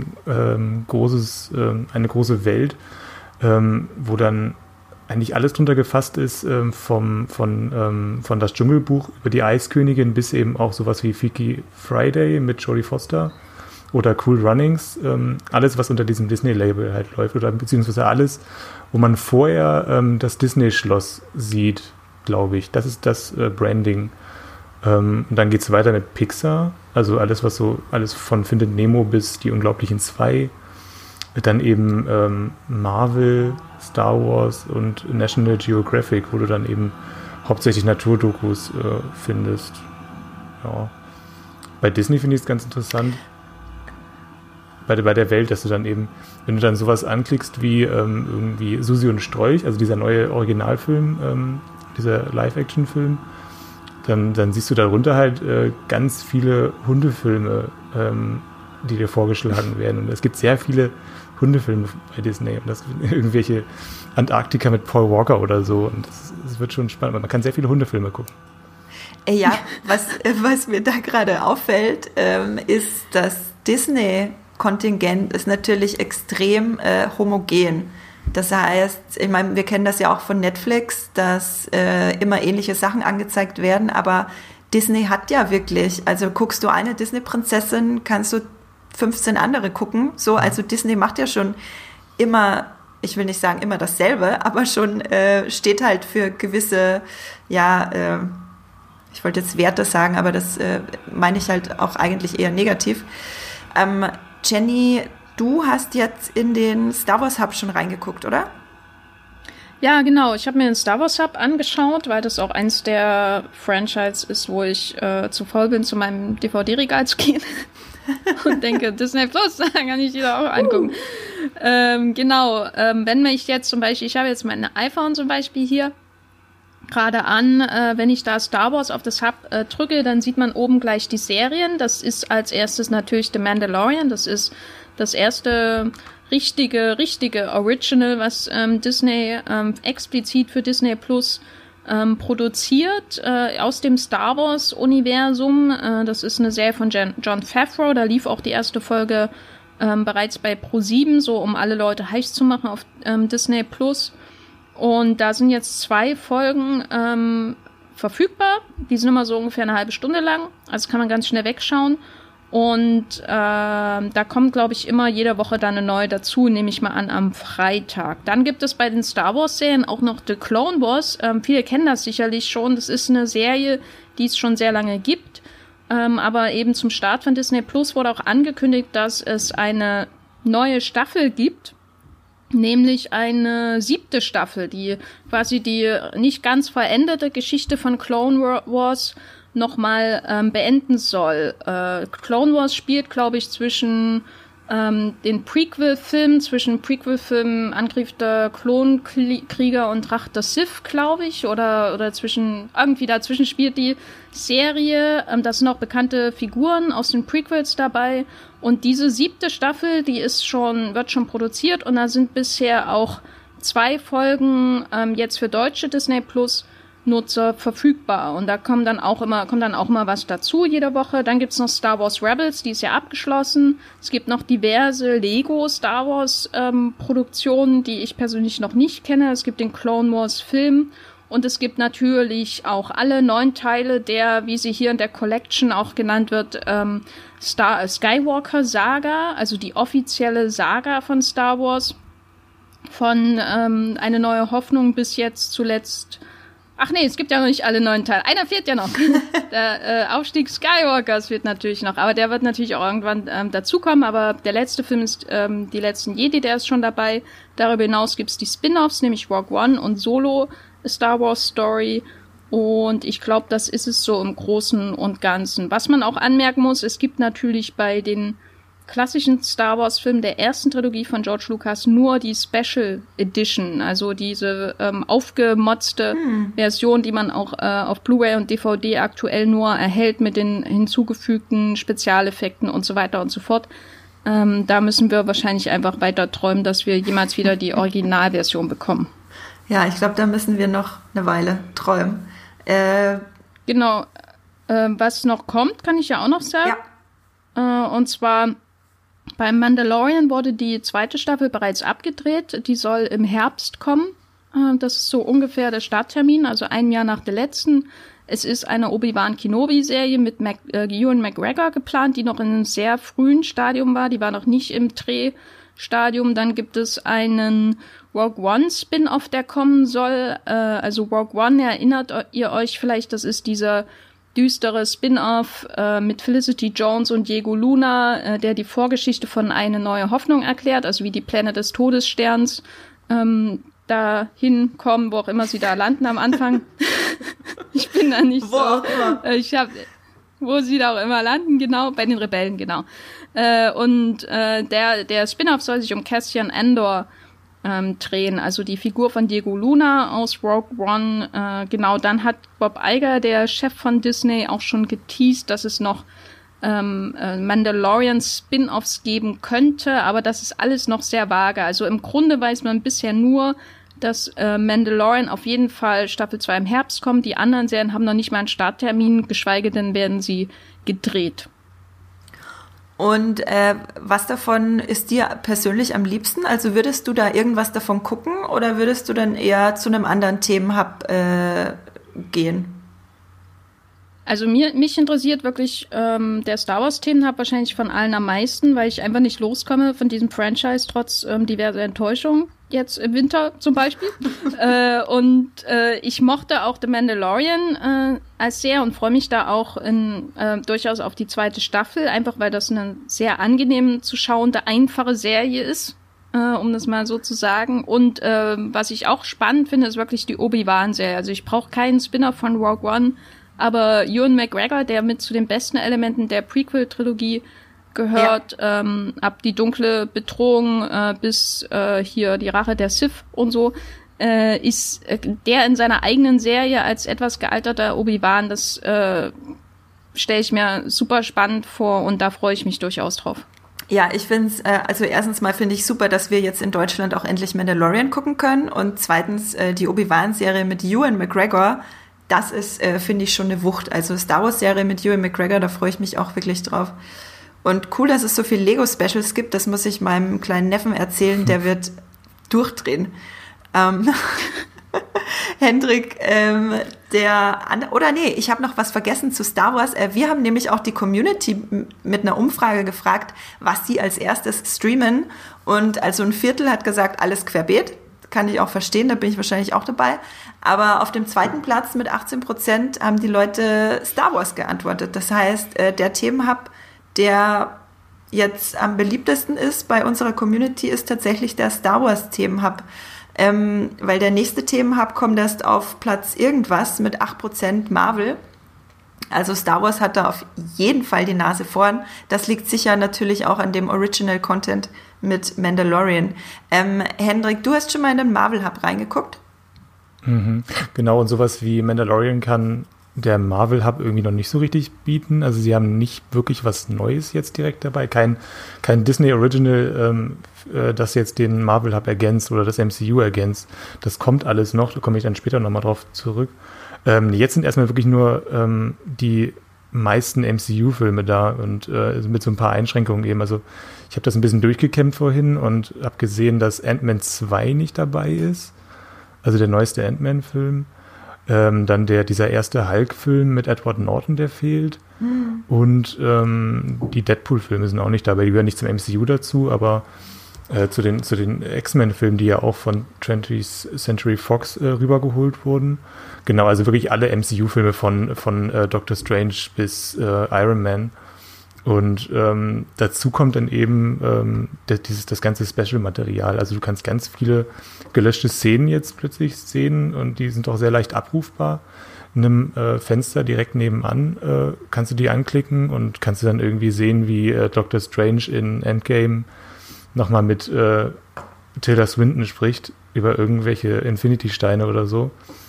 große Welt, wo dann eigentlich alles drunter gefasst ist, von das Dschungelbuch über die Eiskönigin bis eben auch sowas wie Freaky Friday mit Jodie Foster oder Cool Runnings. Alles, was unter diesem Disney-Label halt läuft oder beziehungsweise alles, wo man vorher das Disney-Schloss sieht, glaube ich. Das ist das Branding. Und dann geht es weiter mit Pixar, also alles von Findet Nemo bis Die Unglaublichen 2. Dann eben Marvel, Star Wars und National Geographic, wo du dann eben hauptsächlich Naturdokus findest. Ja. Bei Disney finde ich es ganz interessant, bei der Welt, dass du dann eben, wenn du dann sowas anklickst wie irgendwie Susi und Strolch, also dieser neue Originalfilm, dieser Live-Action-Film, dann siehst du darunter halt ganz viele Hundefilme, die dir vorgeschlagen werden. Und es gibt sehr viele Hundefilme bei Disney. Und das irgendwelche Antarktika mit Paul Walker oder so. Und das wird schon spannend. Man kann sehr viele Hundefilme gucken. Ja, was mir da gerade auffällt, ist, dass Disney-Kontingent ist natürlich extrem homogen. Das heißt, ich meine, wir kennen das ja auch von Netflix, dass immer ähnliche Sachen angezeigt werden, aber Disney hat ja wirklich, also guckst du eine Disney-Prinzessin, kannst du 15 andere gucken. So, also Disney macht ja schon immer, ich will nicht sagen immer dasselbe, aber schon steht halt für gewisse, ich wollte jetzt Werte sagen, aber das meine ich halt auch eigentlich eher negativ. Jenny, du hast jetzt in den Star Wars Hub schon reingeguckt, oder? Ja, genau. Ich habe mir den Star Wars Hub angeschaut, weil das auch eins der Franchise ist, wo ich zu faul bin, zu meinem DVD-Regal zu gehen. Und denke, Disney Plus, da kann ich die da auch angucken. Genau. Wenn ich jetzt zum Beispiel, ich habe jetzt mein iPhone zum Beispiel hier gerade an, wenn ich da Star Wars auf das Hub drücke, dann sieht man oben gleich die Serien. Das ist als erstes natürlich The Mandalorian. Das ist das erste richtige Original, was Disney explizit für Disney Plus produziert aus dem Star Wars Universum. Das ist eine Serie von Jon Favreau. Da lief auch die erste Folge bereits bei Pro7, so um alle Leute heiß zu machen auf Disney Plus. Und da sind jetzt 2 Folgen verfügbar. Die sind immer so ungefähr eine halbe Stunde lang. Also kann man ganz schnell wegschauen. Und da kommt, glaube ich, immer jede Woche dann eine neue dazu, nehme ich mal an, am Freitag. Dann gibt es bei den Star Wars-Serien auch noch The Clone Wars. Viele kennen das sicherlich schon. Das ist eine Serie, die es schon sehr lange gibt. Aber eben zum Start von Disney Plus wurde auch angekündigt, dass es eine neue Staffel gibt. Nämlich eine 7. Staffel, die quasi die nicht ganz vollendete Geschichte von Clone Wars nochmal beenden soll. Clone Wars spielt, glaube ich, zwischen den Prequel-Filmen Angriff der Klonkrieger und Rache der Sith, glaube ich, oder zwischen, irgendwie dazwischen spielt die Serie. Da sind auch bekannte Figuren aus den Prequels dabei. Und diese 7. Staffel, die wird schon produziert und da sind bisher auch 2 Folgen jetzt für deutsche Disney Plus Nutzer verfügbar. Und da kommt dann auch immer was dazu jede Woche. Dann gibt's noch Star Wars Rebels, die ist ja abgeschlossen. Es gibt noch diverse Lego Star Wars Produktionen, die ich persönlich noch nicht kenne. Es gibt den Clone Wars Film und es gibt natürlich auch alle 9 Teile der, wie sie hier in der Collection auch genannt wird, Skywalker Saga, also die offizielle Saga von Star Wars. Von Eine neue Hoffnung bis jetzt zuletzt. Ach nee, es gibt ja noch nicht alle 9 Teile. Einer fehlt ja noch. Der Aufstieg Skywalkers fehlt natürlich noch. Aber der wird natürlich auch irgendwann dazukommen. Aber der letzte Film ist Die letzten Jedi, der ist schon dabei. Darüber hinaus gibt's die Spin-Offs, nämlich Rogue One und Solo Star Wars Story. Und ich glaube, das ist es so im Großen und Ganzen. Was man auch anmerken muss, es gibt natürlich bei den klassischen Star Wars Film der ersten Trilogie von George Lucas nur die Special Edition, also diese aufgemotzte Version, die man auch auf Blu-ray und DVD aktuell nur erhält mit den hinzugefügten Spezialeffekten und so weiter und so fort. Da müssen wir wahrscheinlich einfach weiter träumen, dass wir jemals wieder die Originalversion bekommen. Ja, ich glaube, da müssen wir noch eine Weile träumen. Genau. Was noch kommt, kann ich ja auch noch sagen. Ja. Und zwar beim Mandalorian wurde die 2. Staffel bereits abgedreht. Die soll im Herbst kommen. Das ist so ungefähr der Starttermin, also ein Jahr nach der letzten. Es ist eine Obi-Wan Kenobi-Serie mit Ewan McGregor geplant, die noch in einem sehr frühen Stadium war. Die war noch nicht im Drehstadium. Dann gibt es einen Rogue One Spin-Off, der kommen soll. Also Rogue One, erinnert ihr euch vielleicht, das ist dieser düstere Spin-Off mit Felicity Jones und Diego Luna, der die Vorgeschichte von Eine neue Hoffnung erklärt, also wie die Pläne des Todessterns dahin kommen, wo auch immer sie da landen am Anfang. Ich bin da nicht so. Wo sie da auch immer landen, genau, bei den Rebellen, genau. Der Spin-Off soll sich um Cassian Andor drehen, also die Figur von Diego Luna aus Rogue One. Genau, dann hat Bob Iger, der Chef von Disney, auch schon geteased, dass es noch Mandalorian Spin-Offs geben könnte, aber das ist alles noch sehr vage. Also im Grunde weiß man bisher nur, dass Mandalorian auf jeden Fall Staffel 2 im Herbst kommt. Die anderen Serien haben noch nicht mal einen Starttermin, geschweige denn werden sie gedreht. Und was davon ist dir persönlich am liebsten? Also würdest du da irgendwas davon gucken oder würdest du dann eher zu einem anderen Themenhub gehen? Also mich interessiert wirklich der Star Wars Themenhub wahrscheinlich von allen am meisten, weil ich einfach nicht loskomme von diesem Franchise, trotz diverser Enttäuschungen, jetzt im Winter zum Beispiel. Ich mochte auch The Mandalorian als Serie und freue mich da auch durchaus auf die zweite Staffel, einfach weil das eine sehr angenehm zu schauende, einfache Serie ist, um das mal so zu sagen. Und was ich auch spannend finde, ist wirklich die Obi-Wan-Serie. Also ich brauche keinen Spin-off von Rogue One, aber Ewan McGregor, der mit zu den besten Elementen der Prequel-Trilogie gehört, ab die dunkle Bedrohung bis hier die Rache der Sith und so, ist der in seiner eigenen Serie als etwas gealterter Obi-Wan, das stelle ich mir super spannend vor und da freue ich mich durchaus drauf. Ja, ich finde es, also erstens mal finde ich super, dass wir jetzt in Deutschland auch endlich Mandalorian gucken können und zweitens die Obi-Wan-Serie mit Ewan McGregor, das ist, finde ich, schon eine Wucht. Also Star Wars-Serie mit Ewan McGregor, da freue ich mich auch wirklich drauf. Und cool, dass es so viele Lego-Specials gibt, das muss ich meinem kleinen Neffen erzählen, der wird durchdrehen. Hendrik, ich habe noch was vergessen zu Star Wars. Wir haben nämlich auch die Community mit einer Umfrage gefragt, was sie als erstes streamen. Und also ein Viertel hat gesagt, alles querbeet. Kann ich auch verstehen, da bin ich wahrscheinlich auch dabei. Aber auf dem zweiten Platz mit 18% haben die Leute Star Wars geantwortet. Das heißt, der Themenhub, der jetzt am beliebtesten ist bei unserer Community, ist tatsächlich der Star Wars Themenhub. Weil der nächste Themenhub kommt erst auf Platz irgendwas mit 8% Marvel. Also Star Wars hat da auf jeden Fall die Nase vorn. Das liegt sicher natürlich auch an dem Original Content mit Mandalorian. Hendrik, du hast schon mal in den Marvel Hub reingeguckt? Genau, und sowas wie Mandalorian kann der Marvel Hub irgendwie noch nicht so richtig bieten. Also sie haben nicht wirklich was Neues jetzt direkt dabei. Kein Disney Original, das jetzt den Marvel Hub ergänzt oder das MCU ergänzt. Das kommt alles noch, da komme ich dann später nochmal drauf zurück. Jetzt sind erstmal wirklich nur die meisten MCU-Filme da und mit so ein paar Einschränkungen eben. Also ich habe das ein bisschen durchgekämpft vorhin und habe gesehen, dass Ant-Man 2 nicht dabei ist. Also der neueste Ant-Man-Film. Dann dieser erste Hulk-Film mit Edward Norton, der fehlt. Und die Deadpool-Filme sind auch nicht dabei. Die gehören nicht zum MCU dazu, aber zu den X-Men-Filmen, die ja auch von 20th Century Fox rübergeholt wurden. Genau, also wirklich alle MCU-Filme von Doctor Strange bis Iron Man. Und dazu kommt dann eben das ganze Special-Material. Also du kannst ganz viele gelöschte Szenen jetzt plötzlich sehen und die sind auch sehr leicht abrufbar. In einem Fenster direkt nebenan kannst du die anklicken und kannst du dann irgendwie sehen, wie Doctor Strange in Endgame nochmal mit Tilda Swinton spricht über irgendwelche Infinity-Steine oder so.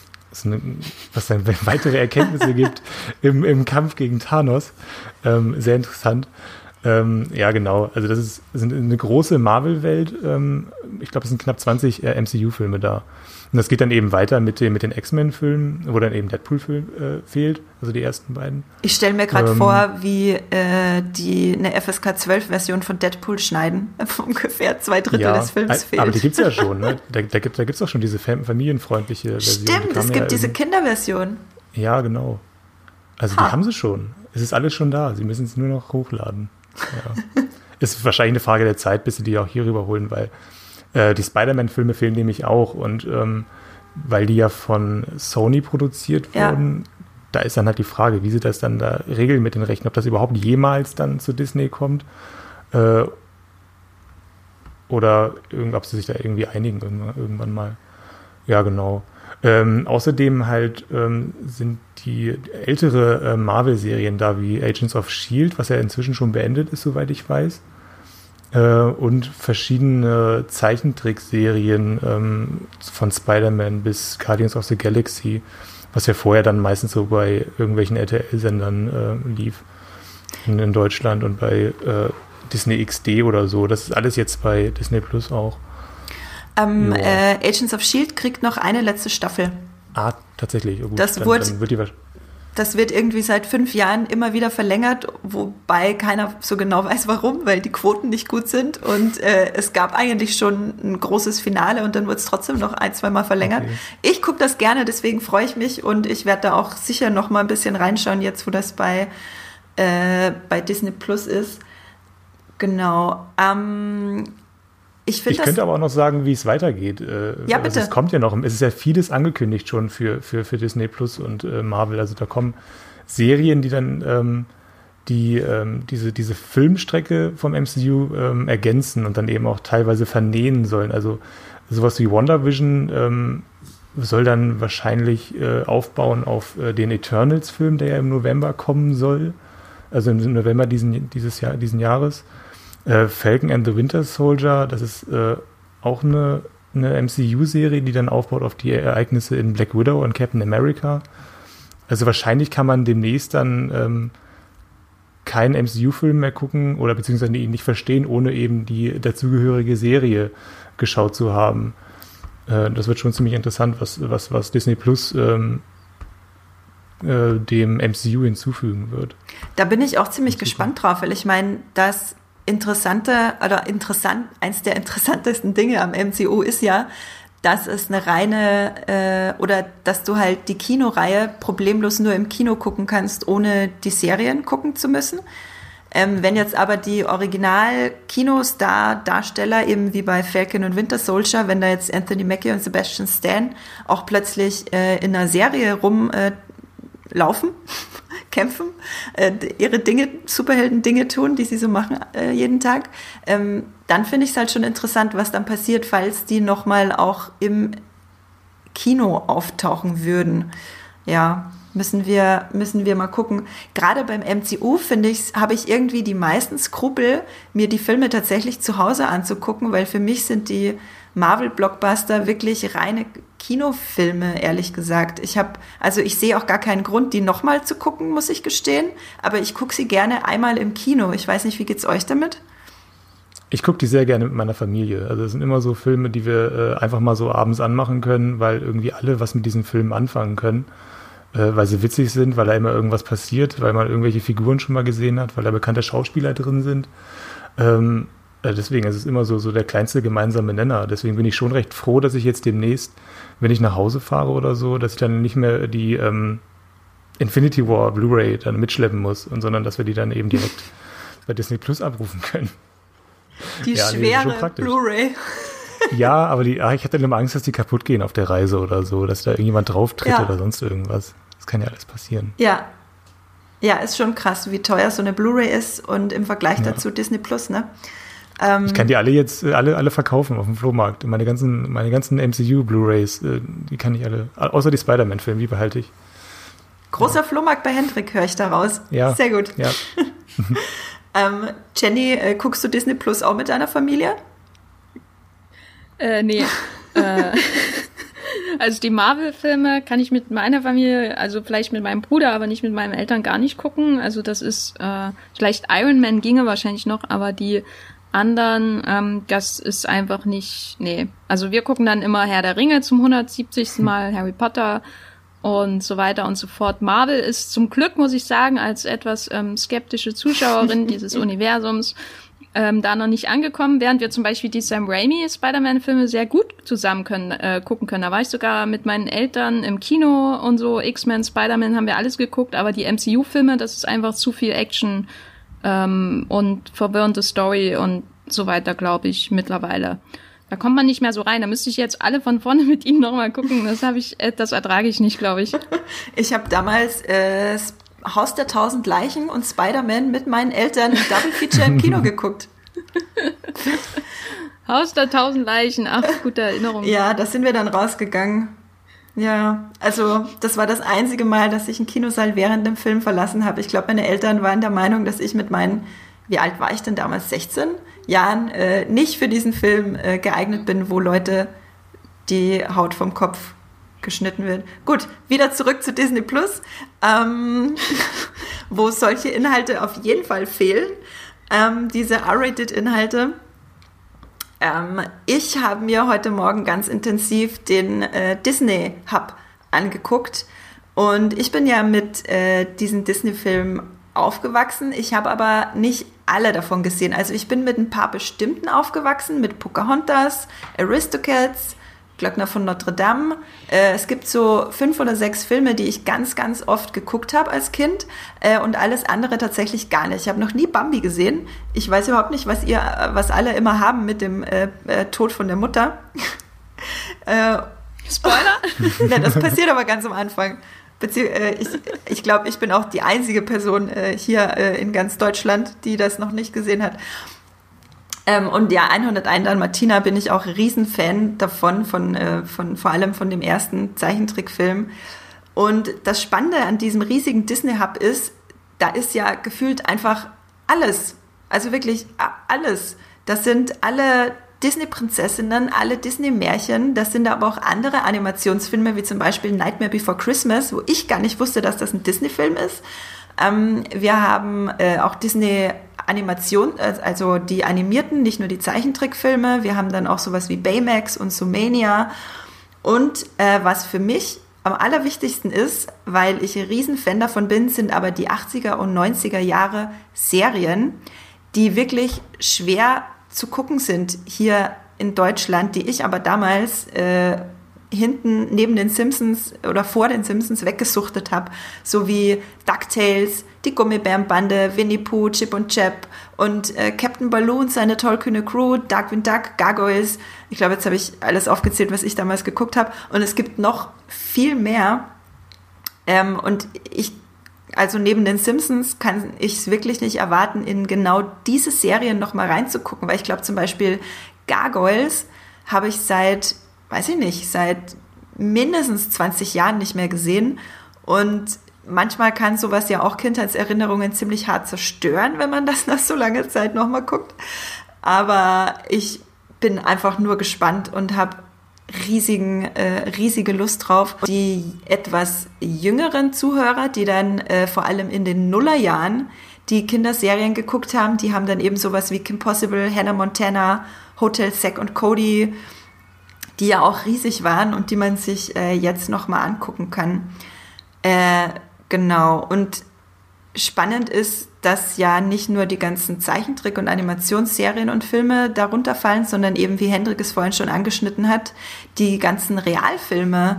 Was dann weitere Erkenntnisse gibt im Kampf gegen Thanos. Sehr interessant. Ja, genau. Also das sind eine große Marvel-Welt. Ich glaube, es sind knapp 20 MCU-Filme da. Und das geht dann eben weiter mit den X-Men-Filmen, wo dann eben Deadpool-Film fehlt, also die ersten beiden. Ich stelle mir gerade vor, wie die eine FSK-12-Version von Deadpool schneiden. Ungefähr 2/3 des Films fehlt. Aber die gibt's ja schon, ne? Da gibt's auch schon diese familienfreundliche Version. Stimmt, es gibt diese Kinderversion. Ja, genau. Also die haben sie schon. Es ist alles schon da. Sie müssen es nur noch hochladen. Ja. Ist wahrscheinlich eine Frage der Zeit, bis sie die auch hier rüberholen, weil die Spider-Man-Filme fehlen nämlich auch und weil die ja von Sony produziert wurden, da ist dann halt die Frage, wie sie das dann da regeln mit den Rechten, ob das überhaupt jemals dann zu Disney kommt oder ob sie sich da irgendwie einigen irgendwann mal. Ja, genau. Außerdem halt sind die ältere Marvel-Serien da wie Agents of S.H.I.E.L.D., was ja inzwischen schon beendet ist, soweit ich weiß. Und verschiedene Zeichentrickserien von Spider-Man bis Guardians of the Galaxy, was ja vorher dann meistens so bei irgendwelchen RTL-Sendern lief in Deutschland und bei Disney XD oder so. Das ist alles jetzt bei Disney Plus auch. Agents of S.H.I.E.L.D. kriegt noch eine letzte Staffel. Ah, tatsächlich. Oh, gut. Das wird irgendwie seit 5 Jahren immer wieder verlängert, wobei keiner so genau weiß, warum, weil die Quoten nicht gut sind. Und es gab eigentlich schon ein großes Finale und dann wird es trotzdem noch 1-2 Mal verlängert. Okay. Ich gucke das gerne, deswegen freue ich mich und ich werde da auch sicher noch mal ein bisschen reinschauen, jetzt wo das bei Disney Plus ist. Genau. Ich könnte aber auch noch sagen, wie es weitergeht. Ja, bitte. Es kommt ja noch, es ist ja vieles angekündigt schon für Disney Plus und Marvel. Also da kommen Serien, die dann diese Filmstrecke vom MCU ergänzen und dann eben auch teilweise vernähen sollen. Also sowas wie WandaVision soll dann wahrscheinlich aufbauen auf den Eternals-Film, der ja im November kommen soll. Also im November diesen Jahres. Falcon and the Winter Soldier, das ist auch eine MCU-Serie, die dann aufbaut auf die Ereignisse in Black Widow und Captain America. Also wahrscheinlich kann man demnächst dann keinen MCU-Film mehr gucken oder beziehungsweise ihn nicht verstehen, ohne eben die dazugehörige Serie geschaut zu haben. Das wird schon ziemlich interessant, was Disney Plus dem MCU hinzufügen wird. Da bin ich auch ziemlich gespannt drauf, weil ich meine, eins der interessantesten Dinge am MCU ist ja, dass es eine reine oder dass du halt die Kinoreihe problemlos nur im Kino gucken kannst, ohne die Serien gucken zu müssen. Wenn jetzt aber die Original-Kinostar-Darsteller, eben wie bei Falcon und Winter Soldier, wenn da jetzt Anthony Mackie und Sebastian Stan auch plötzlich in einer Serie rumlaufen, kämpfen, ihre Superhelden-Dinge tun, die sie so machen jeden Tag, dann finde ich es halt schon interessant, was dann passiert, falls die nochmal auch im Kino auftauchen würden. Ja, müssen wir mal gucken. Gerade beim MCU, habe ich irgendwie die meisten Skrupel, mir die Filme tatsächlich zu Hause anzugucken, weil für mich sind die Marvel-Blockbuster wirklich reine Kinofilme, ehrlich gesagt. Ich sehe auch gar keinen Grund, die nochmal zu gucken, muss ich gestehen. Aber ich gucke sie gerne einmal im Kino. Ich weiß nicht, wie geht's euch damit? Ich gucke die sehr gerne mit meiner Familie. Also es sind immer so Filme, die wir einfach mal so abends anmachen können, weil irgendwie alle was mit diesen Filmen anfangen können. Weil sie witzig sind, weil da immer irgendwas passiert, weil man irgendwelche Figuren schon mal gesehen hat, weil da bekannte Schauspieler drin sind. Deswegen ist es immer so der kleinste gemeinsame Nenner. Deswegen bin ich schon recht froh, dass ich jetzt demnächst, wenn ich nach Hause fahre oder so, dass ich dann nicht mehr die Infinity War Blu-ray dann mitschleppen muss, sondern dass wir die dann eben direkt bei Disney Plus abrufen können. Die schwere Blu-ray. Ja, aber ich hatte immer Angst, dass die kaputt gehen auf der Reise oder so, dass da irgendjemand drauf tritt oder sonst irgendwas. Das kann ja alles passieren. Ja, ist schon krass, wie teuer so eine Blu-ray ist und im Vergleich dazu Disney Plus, ne? Ich kann die alle jetzt alle verkaufen auf dem Flohmarkt. Meine ganzen MCU-Blu-rays, die kann ich alle, außer die Spider-Man-Filme, die behalte ich. Großer Flohmarkt bei Hendrik, höre ich daraus. Ja. Sehr gut. Ja. Jenny, guckst du Disney Plus auch mit deiner Familie? Nee. Also die Marvel-Filme kann ich mit meiner Familie, also vielleicht mit meinem Bruder, aber nicht mit meinen Eltern gar nicht gucken. Also das ist, vielleicht Iron Man ginge wahrscheinlich noch, aber die anderen, das ist einfach nicht, nee. Also wir gucken dann immer Herr der Ringe zum 170. Mal, Harry Potter und so weiter und so fort. Marvel ist zum Glück, muss ich sagen, als etwas skeptische Zuschauerin dieses Universums da noch nicht angekommen, während wir zum Beispiel die Sam Raimi Spider-Man-Filme sehr gut zusammen gucken können. Da war ich sogar mit meinen Eltern im Kino und so, X-Men, Spider-Man haben wir alles geguckt, aber die MCU-Filme, das ist einfach zu viel Action und verwirrende Story und so weiter, glaube ich, mittlerweile. Da kommt man nicht mehr so rein. Da müsste ich jetzt alle von vorne mit Ihnen nochmal gucken. Das ertrage ich nicht, glaube ich. Ich habe damals Haus der 1000 Leichen und Spider-Man mit meinen Eltern Double Feature im Kino geguckt. Haus der 1000 Leichen, ach, gute Erinnerung. Ja, da sind wir dann rausgegangen. Ja, also das war das einzige Mal, dass ich einen Kinosaal während dem Film verlassen habe. Ich glaube, meine Eltern waren der Meinung, dass ich mit meinen, wie alt war ich denn damals, 16 Jahren, nicht für diesen Film geeignet bin, wo Leute die Haut vom Kopf geschnitten wird. Gut, wieder zurück zu Disney Plus, wo solche Inhalte auf jeden Fall fehlen. Diese R-Rated-Inhalte. Ich habe mir heute Morgen ganz intensiv den Disney Hub angeguckt und ich bin ja mit diesen Disney-Filmen aufgewachsen. Ich habe aber nicht alle davon gesehen. Also ich bin mit ein paar bestimmten aufgewachsen, mit Pocahontas, Aristocats, Glöckner von Notre Dame. Es gibt so 5 oder 6 Filme, die ich ganz, ganz oft geguckt habe als Kind und alles andere tatsächlich gar nicht. Ich habe noch nie Bambi gesehen. Ich weiß überhaupt nicht, was alle immer haben mit dem Tod von der Mutter. Spoiler? Ne, das passiert aber ganz am Anfang. Ich glaube, ich bin auch die einzige Person hier in ganz Deutschland, die das noch nicht gesehen hat. Und ja, 101 Dalmatiner bin ich auch Riesenfan davon, von vor allem von dem ersten Zeichentrickfilm. Und das Spannende an diesem riesigen Disney-Hub ist, da ist ja gefühlt einfach alles. Also wirklich alles. Das sind alle Disney-Prinzessinnen, alle Disney-Märchen. Das sind aber auch andere Animationsfilme, wie zum Beispiel Nightmare Before Christmas, wo ich gar nicht wusste, dass das ein Disney-Film ist. Wir haben auch Disney-Animation, also die animierten, nicht nur die Zeichentrickfilme. Wir haben dann auch sowas wie Baymax und Zoomania. Und was für mich am allerwichtigsten ist, weil ich ein Riesenfan davon bin, sind aber die 80er und 90er Jahre Serien, die wirklich schwer zu gucken sind hier in Deutschland, die ich aber damals hinten neben den Simpsons oder vor den Simpsons weggesuchtet habe, so wie DuckTales, die Gummibärenbande, Winnie Pooh, Chip und Chap und Captain Baloo, seine tollkühne Crew, Darkwing Duck, Gargoyles. Ich glaube, jetzt habe ich alles aufgezählt, was ich damals geguckt habe. Und es gibt noch viel mehr. Also neben den Simpsons kann ich es wirklich nicht erwarten, in genau diese Serien noch mal reinzugucken, weil ich glaube zum Beispiel Gargoyles habe ich seit mindestens 20 Jahren nicht mehr gesehen und manchmal kann sowas ja auch Kindheitserinnerungen ziemlich hart zerstören, wenn man das nach so langer Zeit noch mal guckt, aber ich bin einfach nur gespannt und habe riesige Lust drauf. Die etwas jüngeren Zuhörer, die dann vor allem in den Nullerjahren die Kinderserien geguckt haben, die haben dann eben sowas wie Kim Possible, Hannah Montana, Hotel Zack und Cody, die ja auch riesig waren und die man sich jetzt nochmal angucken kann. Genau. Und spannend ist, dass ja nicht nur die ganzen Zeichentrick- und Animationsserien und Filme darunter fallen, sondern eben, wie Hendrik es vorhin schon angeschnitten hat, die ganzen Realfilme,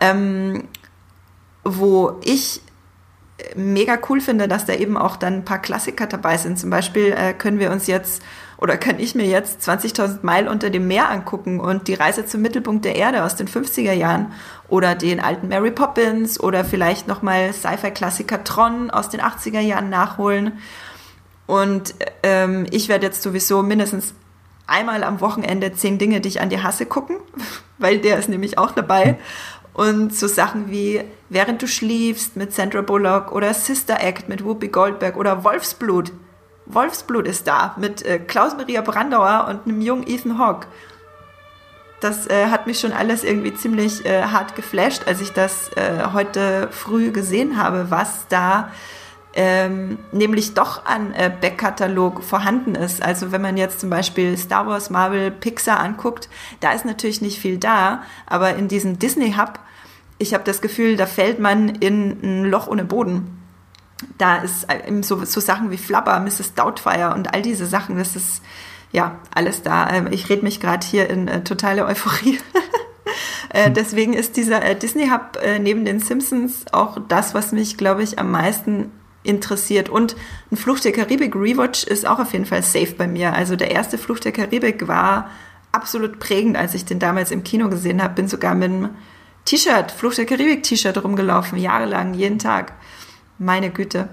wo ich mega cool finde, dass da eben auch dann ein paar Klassiker dabei sind. Zum Beispiel kann ich mir jetzt 20.000 Meilen unter dem Meer angucken und die Reise zum Mittelpunkt der Erde aus den 50er Jahren oder den alten Mary Poppins oder vielleicht nochmal Sci-Fi-Klassiker Tron aus den 80er Jahren nachholen. Und ich werde jetzt sowieso mindestens einmal am Wochenende 10 Dinge, die ich an dir hasse, gucken, weil der ist nämlich auch dabei. Und so Sachen wie Während du schliefst mit Sandra Bullock oder Sister Act mit Whoopi Goldberg oder Wolfsblut. Wolfsblut ist da mit Klaus-Maria Brandauer und einem jungen Ethan Hawke. Das hat mich schon alles irgendwie ziemlich hart geflasht, als ich das heute früh gesehen habe, was da nämlich doch an Backkatalog vorhanden ist. Also wenn man jetzt zum Beispiel Star Wars, Marvel, Pixar anguckt, da ist natürlich nicht viel da, aber in diesem Disney-Hub, ich habe das Gefühl, da fällt man in ein Loch ohne Boden. Da ist so Sachen wie Flubber, Mrs. Doubtfire und all diese Sachen, das ist ja alles da. Ich rede mich gerade hier in totale Euphorie. Deswegen ist dieser Disney-Hub neben den Simpsons auch das, was mich, glaube ich, am meisten interessiert. Und ein Fluch der Karibik Rewatch ist auch auf jeden Fall safe bei mir. Also der erste Fluch der Karibik war absolut prägend, als ich den damals im Kino gesehen habe. Bin sogar mit einem T-Shirt, Fluch der Karibik T-Shirt rumgelaufen, jahrelang, jeden Tag. Meine Güte.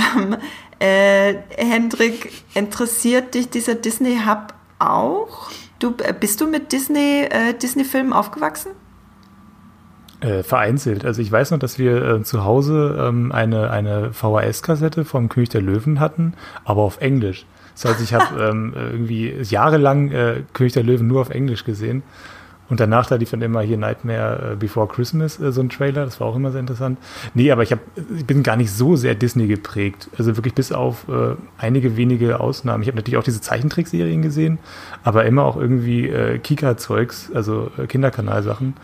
Hendrik, interessiert dich dieser Disney-Hub auch? Bist du mit Disney-Filmen aufgewachsen? Vereinzelt. Also ich weiß noch, dass wir zu Hause eine VHS-Kassette vom König der Löwen hatten, aber auf Englisch. Das heißt, ich habe irgendwie jahrelang König der Löwen nur auf Englisch gesehen. Und danach, da lief dann immer hier Nightmare Before Christmas, so ein Trailer, das war auch immer sehr interessant. Nee, aber ich bin gar nicht so sehr Disney geprägt, also wirklich bis auf einige wenige Ausnahmen. Ich habe natürlich auch diese Zeichentrickserien gesehen, aber immer auch irgendwie Kika-Zeugs, also Kinderkanalsachen.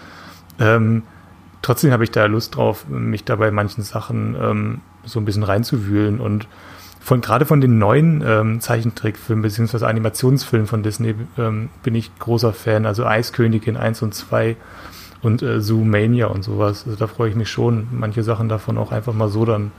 Trotzdem habe ich da Lust drauf, mich da bei manchen Sachen so ein bisschen reinzuwühlen und gerade von den neuen Zeichentrickfilmen bzw. Animationsfilmen von Disney bin ich großer Fan. Also Eiskönigin 1 und 2 und Zoomania und sowas. Also da freue ich mich schon, manche Sachen davon auch einfach mal so dann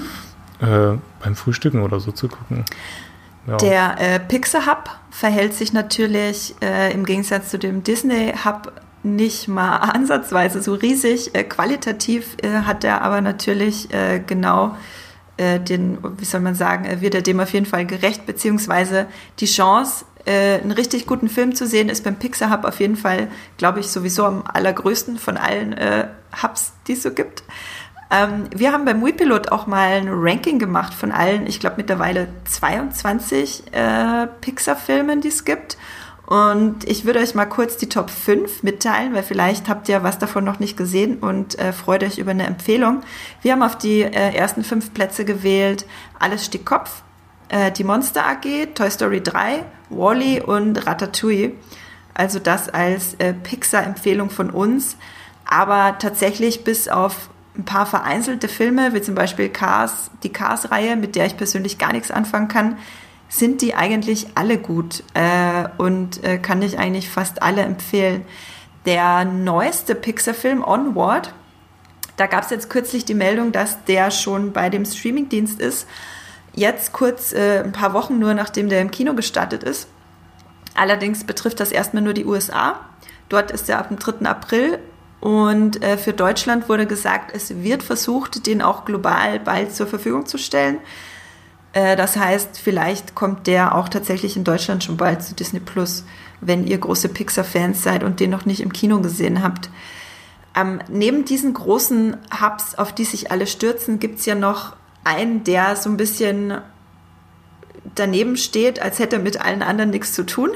beim Frühstücken oder so zu gucken. Ja. Der Pixar Hub verhält sich natürlich im Gegensatz zu dem Disney Hub nicht mal ansatzweise so riesig. Qualitativ hat er aber natürlich genau wie soll man sagen, wird er dem auf jeden Fall gerecht, beziehungsweise die Chance, einen richtig guten Film zu sehen, ist beim Pixar Hub auf jeden Fall, glaube ich, sowieso am allergrößten von allen Hubs, die es so gibt. Wir haben beim Muipilot auch mal ein Ranking gemacht von allen, ich glaube mittlerweile 22 Pixar-Filmen, die es gibt. Und ich würde euch mal kurz die Top 5 mitteilen, weil vielleicht habt ihr was davon noch nicht gesehen und freut euch über eine Empfehlung. Wir haben auf die ersten 5 Plätze gewählt Alles stieg Kopf, die Monster AG, Toy Story 3, WALL-E und Ratatouille. Also das als Pixar-Empfehlung von uns. Aber tatsächlich bis auf ein paar vereinzelte Filme, wie zum Beispiel Cars, die Cars-Reihe, mit der ich persönlich gar nichts anfangen kann, sind die eigentlich alle gut und kann ich eigentlich fast alle empfehlen. Der neueste Pixar-Film Onward, da gab es jetzt kürzlich die Meldung, dass der schon bei dem Streamingdienst ist. Jetzt kurz ein paar Wochen nur, nachdem der im Kino gestartet ist. Allerdings betrifft das erstmal nur die USA. Dort ist er ab dem 3. April. Und für Deutschland wurde gesagt, es wird versucht, den auch global bald zur Verfügung zu stellen. Das heißt, vielleicht kommt der auch tatsächlich in Deutschland schon bald zu Disney Plus, wenn ihr große Pixar-Fans seid und den noch nicht im Kino gesehen habt. Neben diesen großen Hubs, auf die sich alle stürzen, gibt es ja noch einen, der so ein bisschen daneben steht, als hätte er mit allen anderen nichts zu tun.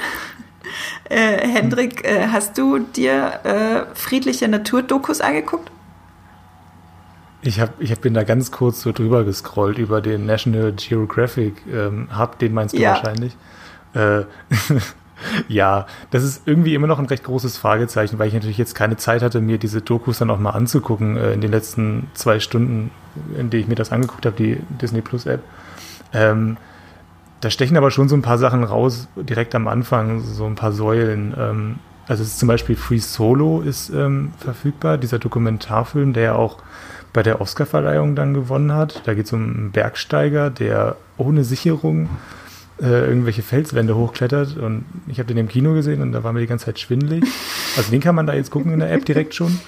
Hendrik, hast du dir friedliche Naturdokus angeguckt? Ich bin da ganz kurz so drüber gescrollt über den National Geographic Hub, den meinst du wahrscheinlich. Ja, das ist irgendwie immer noch ein recht großes Fragezeichen, weil ich natürlich jetzt keine Zeit hatte, mir diese Dokus dann auch mal anzugucken in den letzten 2 Stunden, in denen ich mir das angeguckt habe, die Disney Plus App. Da stechen aber schon so ein paar Sachen raus, direkt am Anfang, so ein paar Säulen. Also es ist zum Beispiel Free Solo ist verfügbar, dieser Dokumentarfilm, der ja auch bei der Oscarverleihung dann gewonnen hat. Da geht es um einen Bergsteiger, der ohne Sicherung irgendwelche Felswände hochklettert, und ich habe den im Kino gesehen und da war mir die ganze Zeit schwindelig. Also den kann man da jetzt gucken in der App direkt schon.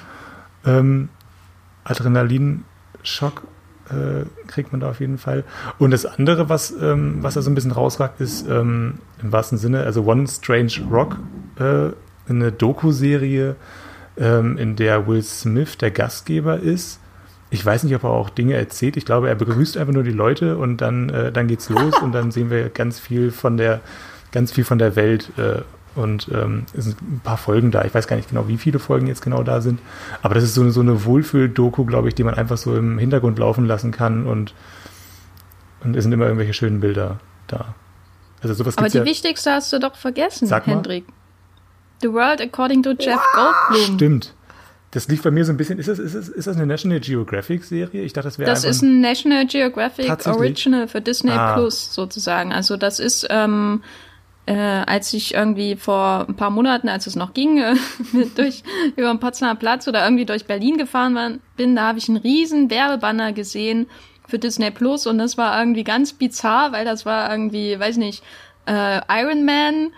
Adrenalinschock kriegt man da auf jeden Fall. Und das andere, was da so ein bisschen rausragt, ist im wahrsten Sinne, also One Strange Rock, eine Doku-Serie, in der Will Smith der Gastgeber ist. Ich weiß nicht, ob er auch Dinge erzählt. Ich glaube, er begrüßt einfach nur die Leute und dann geht's los und dann sehen wir ganz viel von der Welt und es sind ein paar Folgen da. Ich weiß gar nicht genau, wie viele Folgen jetzt genau da sind. Aber das ist so eine Wohlfühl-Doku, glaube ich, die man einfach so im Hintergrund laufen lassen kann und es sind immer irgendwelche schönen Bilder da. Also sowas Aber gibt's die wichtigste hast du doch vergessen, Sag mal. Hendrik. The World According to Jeff Goldblum. Stimmt. Das liegt bei mir so ein bisschen. Ist das eine National Geographic Serie? Ich dachte, das wäre Das ist ein National Geographic Original für Disney Ah. Plus sozusagen. Also das ist, als ich irgendwie vor ein paar Monaten, als es noch ging, über den Potsdamer Platz oder irgendwie durch Berlin gefahren bin, da habe ich einen riesen Werbebanner gesehen für Disney Plus und das war irgendwie ganz bizarr, weil das war irgendwie, weiß nicht, Iron Man,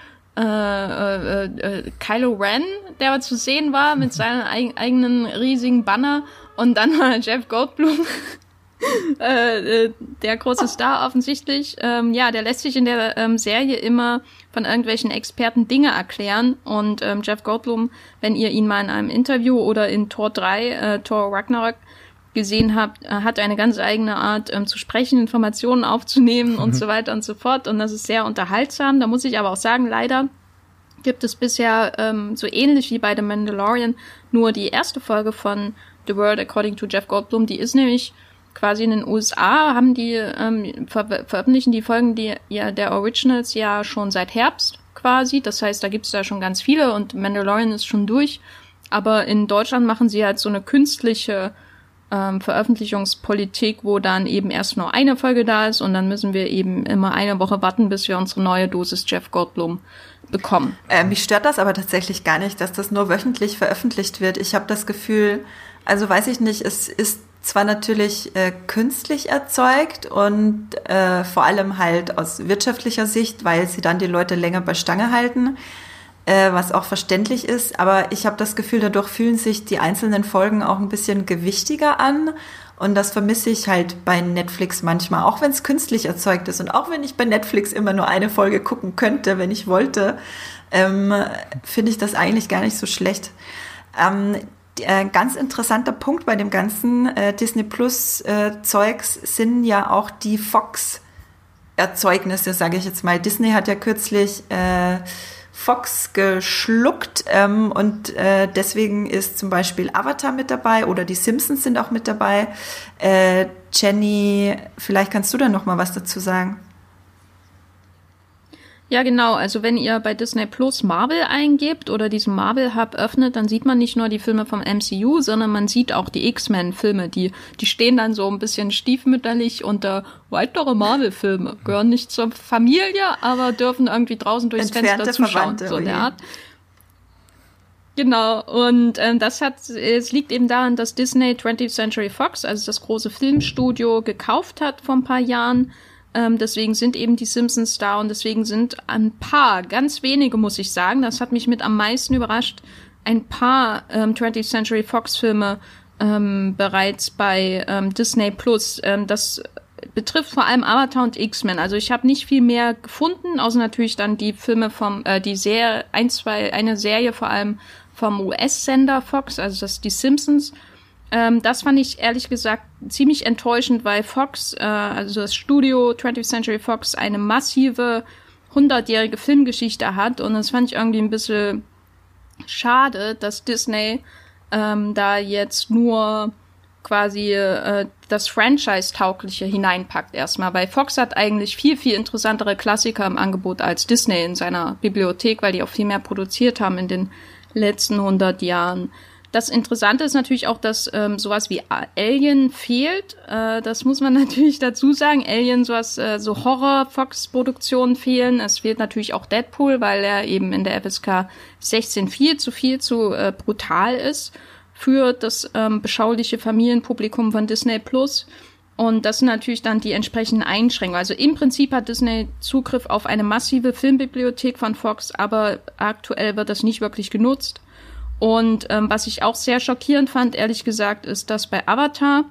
Kylo Ren, der zu sehen war mit seinem eigenen riesigen Banner, und dann war Jeff Goldblum, der große Star offensichtlich. Der lässt sich in der Serie immer von irgendwelchen Experten Dinge erklären, und Jeff Goldblum, wenn ihr ihn mal in einem Interview oder in Thor 3, Thor Ragnarok gesehen habt, hat eine ganz eigene Art zu sprechen, Informationen aufzunehmen und so weiter und so fort, und das ist sehr unterhaltsam. Da muss ich aber auch sagen, leider gibt es bisher so ähnlich wie bei The Mandalorian nur die erste Folge von The World According to Jeff Goldblum. Die ist nämlich quasi in den USA, haben die veröffentlichen die Folgen der Originals ja schon seit Herbst quasi. Das heißt, da gibt's da schon ganz viele und Mandalorian ist schon durch. Aber in Deutschland machen sie halt so eine künstliche Veröffentlichungspolitik, wo dann eben erst nur eine Folge da ist und dann müssen wir eben immer eine Woche warten, bis wir unsere neue Dosis Jeff Goldblum bekommen. Mich stört das aber tatsächlich gar nicht, dass das nur wöchentlich veröffentlicht wird. Ich habe das Gefühl, also weiß ich nicht, es ist zwar natürlich künstlich erzeugt und vor allem halt aus wirtschaftlicher Sicht, weil sie dann die Leute länger bei Stange halten, was auch verständlich ist, aber ich habe das Gefühl, dadurch fühlen sich die einzelnen Folgen auch ein bisschen gewichtiger an und das vermisse ich halt bei Netflix manchmal, auch wenn es künstlich erzeugt ist und auch wenn ich bei Netflix immer nur eine Folge gucken könnte, wenn ich wollte, finde ich das eigentlich gar nicht so schlecht. Ganz interessanter Punkt bei dem ganzen Disney Plus Zeugs sind ja auch die Fox-Erzeugnisse, sage ich jetzt mal. Disney hat ja kürzlich Fox geschluckt und deswegen ist zum Beispiel Avatar mit dabei oder die Simpsons sind auch mit dabei. Jenny, vielleicht kannst du da noch mal was dazu sagen. Ja, genau. Also wenn ihr bei Disney Plus Marvel eingebt oder diesen Marvel Hub öffnet, dann sieht man nicht nur die Filme vom MCU, sondern man sieht auch die X-Men-Filme. Die stehen dann so ein bisschen stiefmütterlich unter weitere Marvel-Filme. Gehören nicht zur Familie, aber dürfen irgendwie draußen durchs Entfernte Fenster zuschauen. So in der Art. Genau. Und es liegt eben daran, dass Disney 20th Century Fox, also das große Filmstudio, gekauft hat vor ein paar Jahren. Deswegen sind eben die Simpsons da und deswegen sind ein paar, ganz wenige, muss ich sagen, das hat mich mit am meisten überrascht, ein paar 20th Century Fox Filme bereits bei Disney Plus. Das betrifft vor allem Avatar und X-Men. Also ich habe nicht viel mehr gefunden, außer natürlich dann die Filme eine Serie vor allem vom US-Sender Fox, also das die Simpsons. Das fand ich ehrlich gesagt ziemlich enttäuschend, weil Fox, also das Studio 20th Century Fox, eine massive 100-jährige Filmgeschichte hat und das fand ich irgendwie ein bisschen schade, dass Disney da jetzt nur quasi das Franchise-Taugliche hineinpackt erstmal, weil Fox hat eigentlich viel, viel interessantere Klassiker im Angebot als Disney in seiner Bibliothek, weil die auch viel mehr produziert haben in den letzten 100 Jahren. Das Interessante ist natürlich auch, dass sowas wie Alien fehlt. Das muss man natürlich dazu sagen. Alien, so Horror-Fox-Produktionen fehlen. Es fehlt natürlich auch Deadpool, weil er eben in der FSK 16 viel zu brutal ist für das beschauliche Familienpublikum von Disney Plus. Und das sind natürlich dann die entsprechenden Einschränkungen. Also im Prinzip hat Disney Zugriff auf eine massive Filmbibliothek von Fox, aber aktuell wird das nicht wirklich genutzt. Und was ich auch sehr schockierend fand, ehrlich gesagt, ist, dass bei Avatar,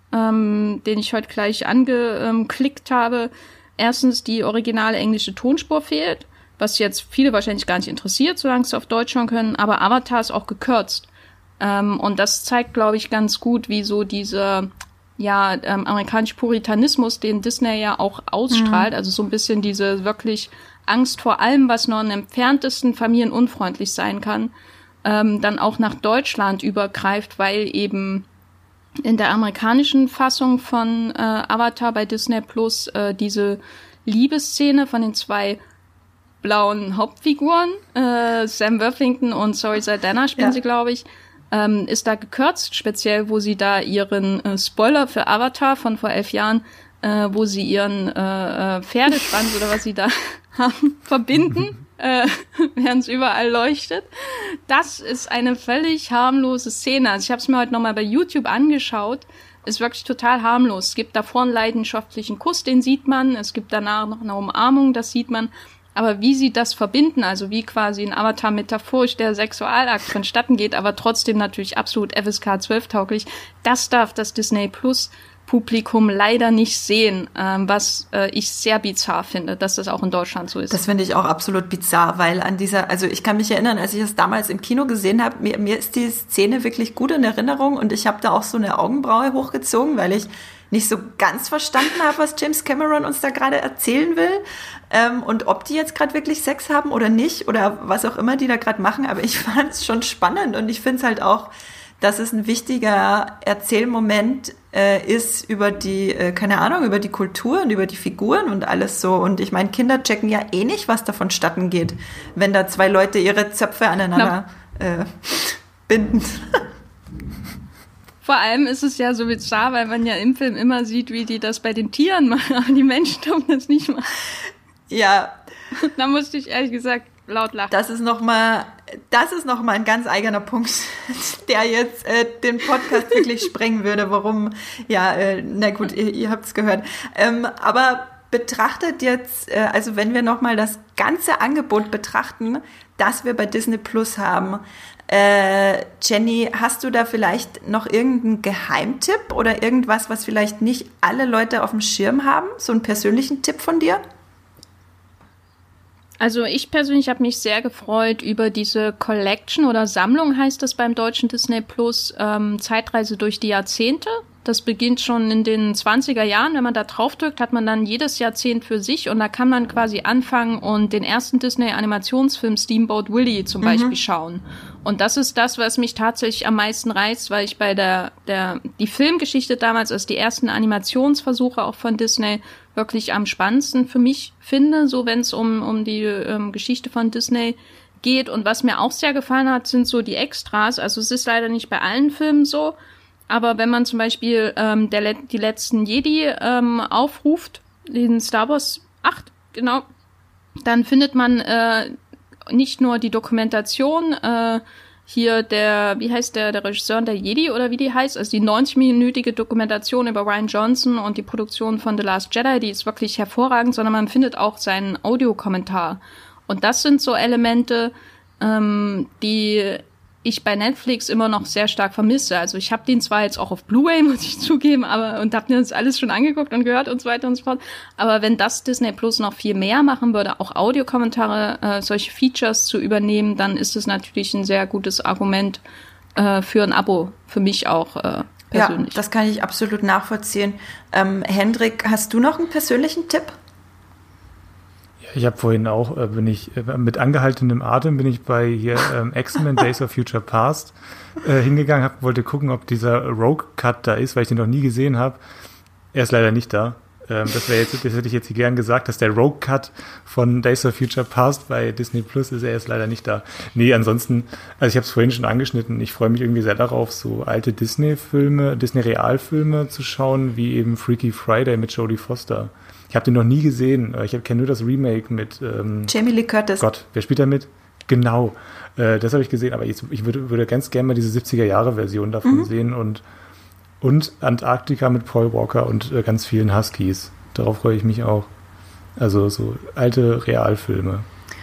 den ich heute gleich angeklickt habe, erstens die originale englische Tonspur fehlt, was jetzt viele wahrscheinlich gar nicht interessiert, solange sie auf Deutsch hören können, aber Avatar ist auch gekürzt. Und das zeigt, glaube ich, ganz gut, wie so dieser amerikanische Puritanismus, den Disney ja auch ausstrahlt, also so ein bisschen diese wirklich Angst vor allem, was nur am entferntesten familienunfreundlich sein kann, dann auch nach Deutschland übergreift, weil eben in der amerikanischen Fassung von Avatar bei Disney Plus diese Liebesszene von den zwei blauen Hauptfiguren, Sam Worthington und Zoe Saldana spielen sie, glaube ich, ist da gekürzt, speziell wo sie da ihren Spoiler für Avatar von vor 11 Jahren, wo sie ihren Pferdeschwanz oder was sie da haben, verbinden. Während es überall leuchtet. Das ist eine völlig harmlose Szene. Also ich habe es mir heute nochmal bei YouTube angeschaut. Ist wirklich total harmlos. Es gibt davor einen leidenschaftlichen Kuss, den sieht man. Es gibt danach noch eine Umarmung, das sieht man. Aber wie sie das verbinden, also wie quasi in Avatar metaphorisch der Sexualakt vonstatten geht, aber trotzdem natürlich absolut FSK 12 tauglich, das darf das Disney Plus Publikum leider nicht sehen, was ich sehr bizarr finde, dass das auch in Deutschland so ist. Das finde ich auch absolut bizarr, weil also ich kann mich erinnern, als ich es damals im Kino gesehen habe, mir ist die Szene wirklich gut in Erinnerung und ich habe da auch so eine Augenbraue hochgezogen, weil ich nicht so ganz verstanden habe, was James Cameron uns da gerade erzählen will. Und ob die jetzt gerade wirklich Sex haben oder nicht oder was auch immer die da gerade machen. Aber ich fand es schon spannend und ich finde es halt auch, dass es ein wichtiger Erzählmoment ist über die, keine Ahnung, über die Kultur und über die Figuren und alles so. Und ich meine, Kinder checken ja eh nicht, was da vonstatten geht, wenn da zwei Leute ihre Zöpfe aneinander binden. Vor allem ist es ja so bizarr, weil man ja im Film immer sieht, wie die das bei den Tieren machen, aber die Menschen dürfen das nicht machen. Ja. Da musste ich ehrlich gesagt laut lachen. Das ist noch mal ein ganz eigener Punkt, der jetzt den Podcast wirklich sprengen würde. Warum? Ja, na gut, ihr habt es gehört. Aber betrachtet jetzt, also wenn wir noch mal das ganze Angebot betrachten, das wir bei Disney Plus haben, Jenny, hast du da vielleicht noch irgendeinen Geheimtipp oder irgendwas, was vielleicht nicht alle Leute auf dem Schirm haben? So einen persönlichen Tipp von dir? Also ich persönlich habe mich sehr gefreut über diese Collection oder Sammlung, heißt das beim deutschen Disney Plus, Zeitreise durch die Jahrzehnte. Das beginnt schon in den 20er Jahren. Wenn man da draufdrückt, hat man dann jedes Jahrzehnt für sich und da kann man quasi anfangen und den ersten Disney-Animationsfilm Steamboat Willie zum Beispiel schauen. Und das ist das, was mich tatsächlich am meisten reizt, weil ich bei die Filmgeschichte damals, also die ersten Animationsversuche auch von Disney, wirklich am spannendsten für mich finde, so wenn es um die Geschichte von Disney geht. Und was mir auch sehr gefallen hat, sind so die Extras. Also es ist leider nicht bei allen Filmen so, aber wenn man zum Beispiel die letzten Jedi aufruft, den Star Wars 8, genau, dann findet man nicht nur die Dokumentation, hier wie heißt der Regisseur der Jedi oder wie die heißt, also die 90-minütige Dokumentation über Rian Johnson und die Produktion von The Last Jedi, die ist wirklich hervorragend, sondern man findet auch seinen Audiokommentar. Und das sind so Elemente, die ich bei Netflix immer noch sehr stark vermisse. Also ich habe den zwar jetzt auch auf Blu-ray, muss ich zugeben, und habe mir das alles schon angeguckt und gehört und so weiter und so fort. Aber wenn das Disney Plus noch viel mehr machen würde, auch Audiokommentare, solche Features zu übernehmen, dann ist es natürlich ein sehr gutes Argument für ein Abo, für mich auch persönlich. Ja, das kann ich absolut nachvollziehen. Hendrik, hast du noch einen persönlichen Tipp? Ich habe vorhin auch, mit angehaltenem Atem bin ich bei hier X-Men Days of Future Past hingegangen, wollte gucken, ob dieser Rogue Cut da ist, weil ich den noch nie gesehen habe. Er ist leider nicht da. Das hätte ich jetzt hier gern gesagt, dass der Rogue Cut von Days of Future Past bei Disney Plus ist, er ist leider nicht da. Nee, ansonsten, also ich habe es vorhin schon angeschnitten, ich freue mich irgendwie sehr darauf, so alte Disney-Filme, Disney-Realfilme zu schauen, wie eben Freaky Friday mit Jodie Foster. Ich habe den noch nie gesehen. Ich kenne nur das Remake mit Jamie Lee Curtis. Gott, wer spielt da mit? Genau, das habe ich gesehen. Aber ich würde ganz gerne mal diese 70er-Jahre-Version davon sehen und Antarktika mit Paul Walker und ganz vielen Huskies. Darauf freue ich mich auch. Also so alte Realfilme.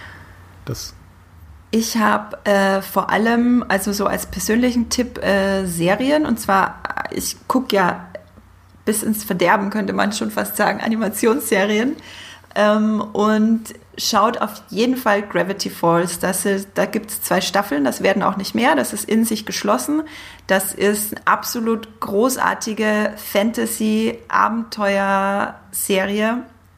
Ich habe vor allem, also so als persönlichen Tipp, Serien. Und zwar, ich gucke ja bis ins Verderben, könnte man schon fast sagen, Animationsserien. Und schaut auf jeden Fall Gravity Falls. Da gibt es 2 Staffeln, das werden auch nicht mehr. Das ist in sich geschlossen. Das ist eine absolut großartige Fantasy-Abenteuer-Serie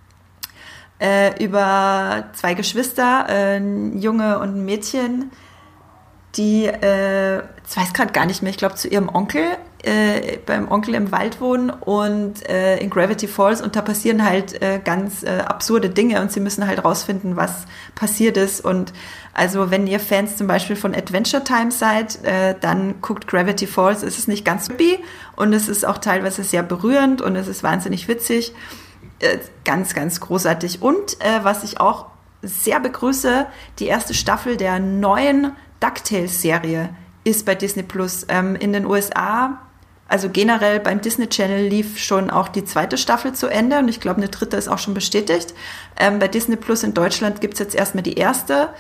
über 2 Geschwister, ein Junge und ein Mädchen, die, ich weiß gerade gar nicht mehr, ich glaube zu ihrem Onkel, beim Onkel im Wald wohnen und in Gravity Falls und da passieren halt ganz absurde Dinge und sie müssen halt rausfinden, was passiert ist. Und also wenn ihr Fans zum Beispiel von Adventure Time seid, dann guckt Gravity Falls. Es ist nicht ganz happy und es ist auch teilweise sehr berührend und es ist wahnsinnig witzig. Ganz, ganz großartig. Und was ich auch sehr begrüße, die erste Staffel der neuen DuckTales-Serie ist bei Disney Plus. In den USA, also generell beim Disney Channel, lief schon auch die 2. Staffel zu Ende und ich glaube, eine 3. ist auch schon bestätigt. Bei Disney Plus in Deutschland gibt es jetzt erstmal die 1.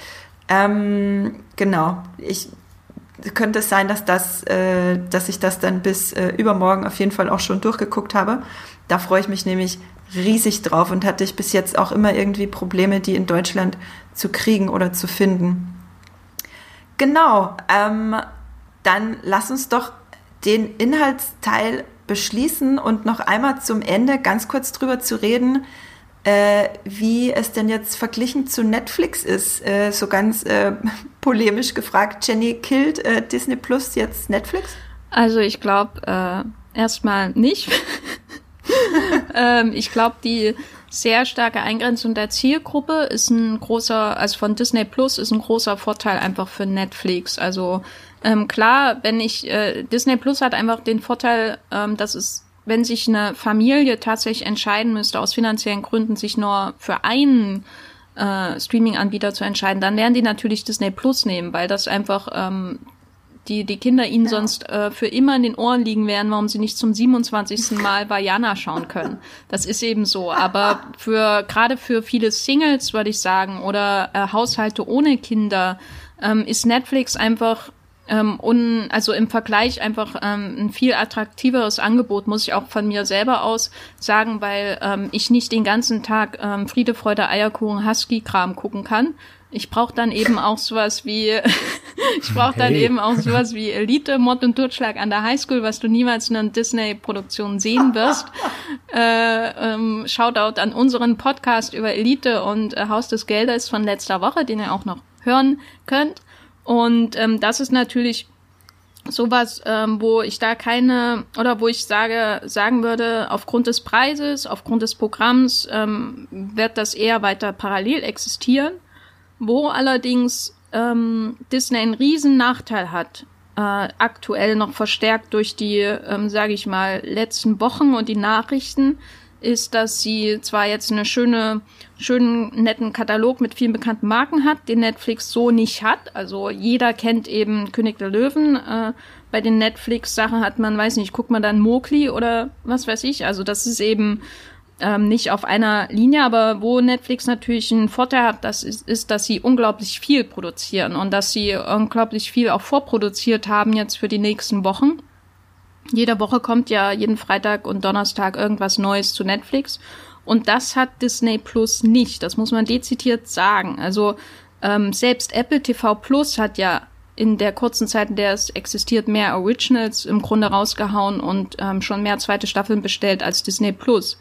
Genau. Könnte es sein, dass ich das dann bis übermorgen auf jeden Fall auch schon durchgeguckt habe. Da freue ich mich nämlich riesig drauf und hatte ich bis jetzt auch immer irgendwie Probleme, die in Deutschland zu kriegen oder zu finden. Genau, dann lass uns doch den Inhaltsteil beschließen und noch einmal zum Ende ganz kurz drüber zu reden, wie es denn jetzt verglichen zu Netflix ist. So ganz polemisch gefragt, Jenny, killt Disney Plus jetzt Netflix? Also ich glaube erstmal nicht. Ich glaube, die sehr starke Eingrenzung der Zielgruppe ist ein großer, also von Disney Plus ist ein großer Vorteil einfach für Netflix. Also klar, wenn Disney Plus hat einfach den Vorteil, dass es, wenn sich eine Familie tatsächlich entscheiden müsste, aus finanziellen Gründen sich nur für einen Streaming-Anbieter zu entscheiden, dann werden die natürlich Disney Plus nehmen, weil das einfach die Kinder ihnen sonst für immer in den Ohren liegen werden, warum sie nicht zum 27. Mal Vaiana schauen können. Das ist eben so. Aber gerade für viele Singles, würde ich sagen, oder Haushalte ohne Kinder, ist Netflix einfach also im Vergleich einfach ein viel attraktiveres Angebot, muss ich auch von mir selber aus sagen, weil ich nicht den ganzen Tag Friede, Freude, Eierkuchen, Husky-Kram gucken kann. Ich brauche dann eben auch sowas wie Elite, Mord und Totschlag an der Highschool, was du niemals in einer Disney-Produktion sehen wirst. Shoutout an unseren Podcast über Elite und Haus des Geldes von letzter Woche, den ihr auch noch hören könnt. Und das ist natürlich sowas, wo ich da wo ich sagen würde, aufgrund des Preises, aufgrund des Programms wird das eher weiter parallel existieren. Wo allerdings Disney einen riesen Nachteil hat, aktuell noch verstärkt durch die, sage ich mal, letzten Wochen und die Nachrichten, ist, dass sie zwar jetzt einen schönen, netten Katalog mit vielen bekannten Marken hat, den Netflix so nicht hat. Also jeder kennt eben König der Löwen. Bei den Netflix-Sachen hat man, weiß nicht, guckt man dann Mowgli oder was weiß ich. Also das ist eben nicht auf einer Linie, aber wo Netflix natürlich einen Vorteil hat, ist, dass sie unglaublich viel produzieren und dass sie unglaublich viel auch vorproduziert haben jetzt für die nächsten Wochen. Jede Woche kommt ja jeden Freitag und Donnerstag irgendwas Neues zu Netflix und das hat Disney Plus nicht. Das muss man dezidiert sagen. Also selbst Apple TV Plus hat ja in der kurzen Zeit, in der es existiert, mehr Originals im Grunde rausgehauen und schon mehr zweite Staffeln bestellt als Disney Plus.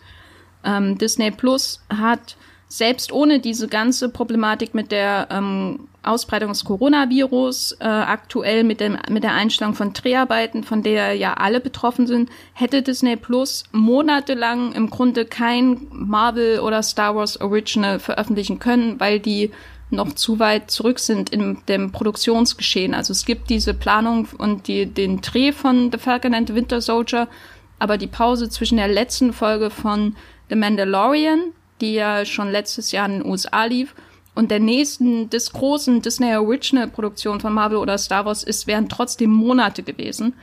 Disney Plus hat selbst ohne diese ganze Problematik mit der Ausbreitung des Coronavirus, aktuell mit der Einstellung von Dreharbeiten, von der ja alle betroffen sind, hätte Disney Plus monatelang im Grunde kein Marvel oder Star Wars Original veröffentlichen können, weil die noch zu weit zurück sind in dem Produktionsgeschehen. Also es gibt diese Planung und den Dreh von The Falcon and the Winter Soldier, aber die Pause zwischen der letzten Folge von The Mandalorian, die ja schon letztes Jahr in den USA lief, und der nächsten des großen Disney Original Produktion von Marvel oder Star Wars wären trotzdem Monate gewesen.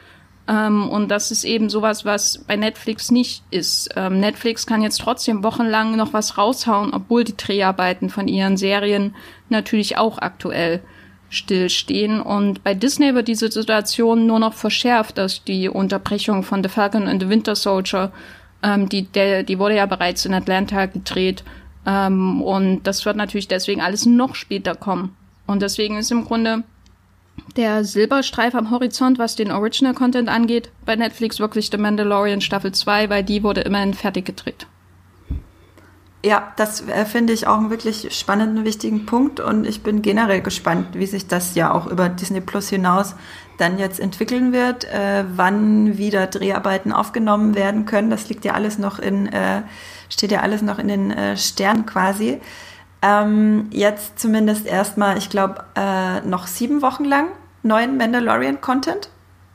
Und das ist eben sowas, was bei Netflix nicht ist. Netflix kann jetzt trotzdem wochenlang noch was raushauen, obwohl die Dreharbeiten von ihren Serien natürlich auch aktuell stillstehen. Und bei Disney wird diese Situation nur noch verschärft durch die Unterbrechung von The Falcon and the Winter Soldier. Die wurde ja bereits in Atlanta gedreht. Und das wird natürlich deswegen alles noch später kommen. Und deswegen ist im Grunde der Silberstreif am Horizont, was den Original Content angeht, bei Netflix wirklich The Mandalorian Staffel 2, weil die wurde immerhin fertig gedreht. Ja, das finde ich auch einen wirklich spannenden, wichtigen Punkt und ich bin generell gespannt, wie sich das ja auch über Disney Plus hinaus dann jetzt entwickeln wird, wann wieder Dreharbeiten aufgenommen werden können. Das liegt ja alles noch steht ja alles noch in den Sternen quasi. Jetzt zumindest erstmal, ich glaube, noch 7 Wochen lang neuen Mandalorian-Content.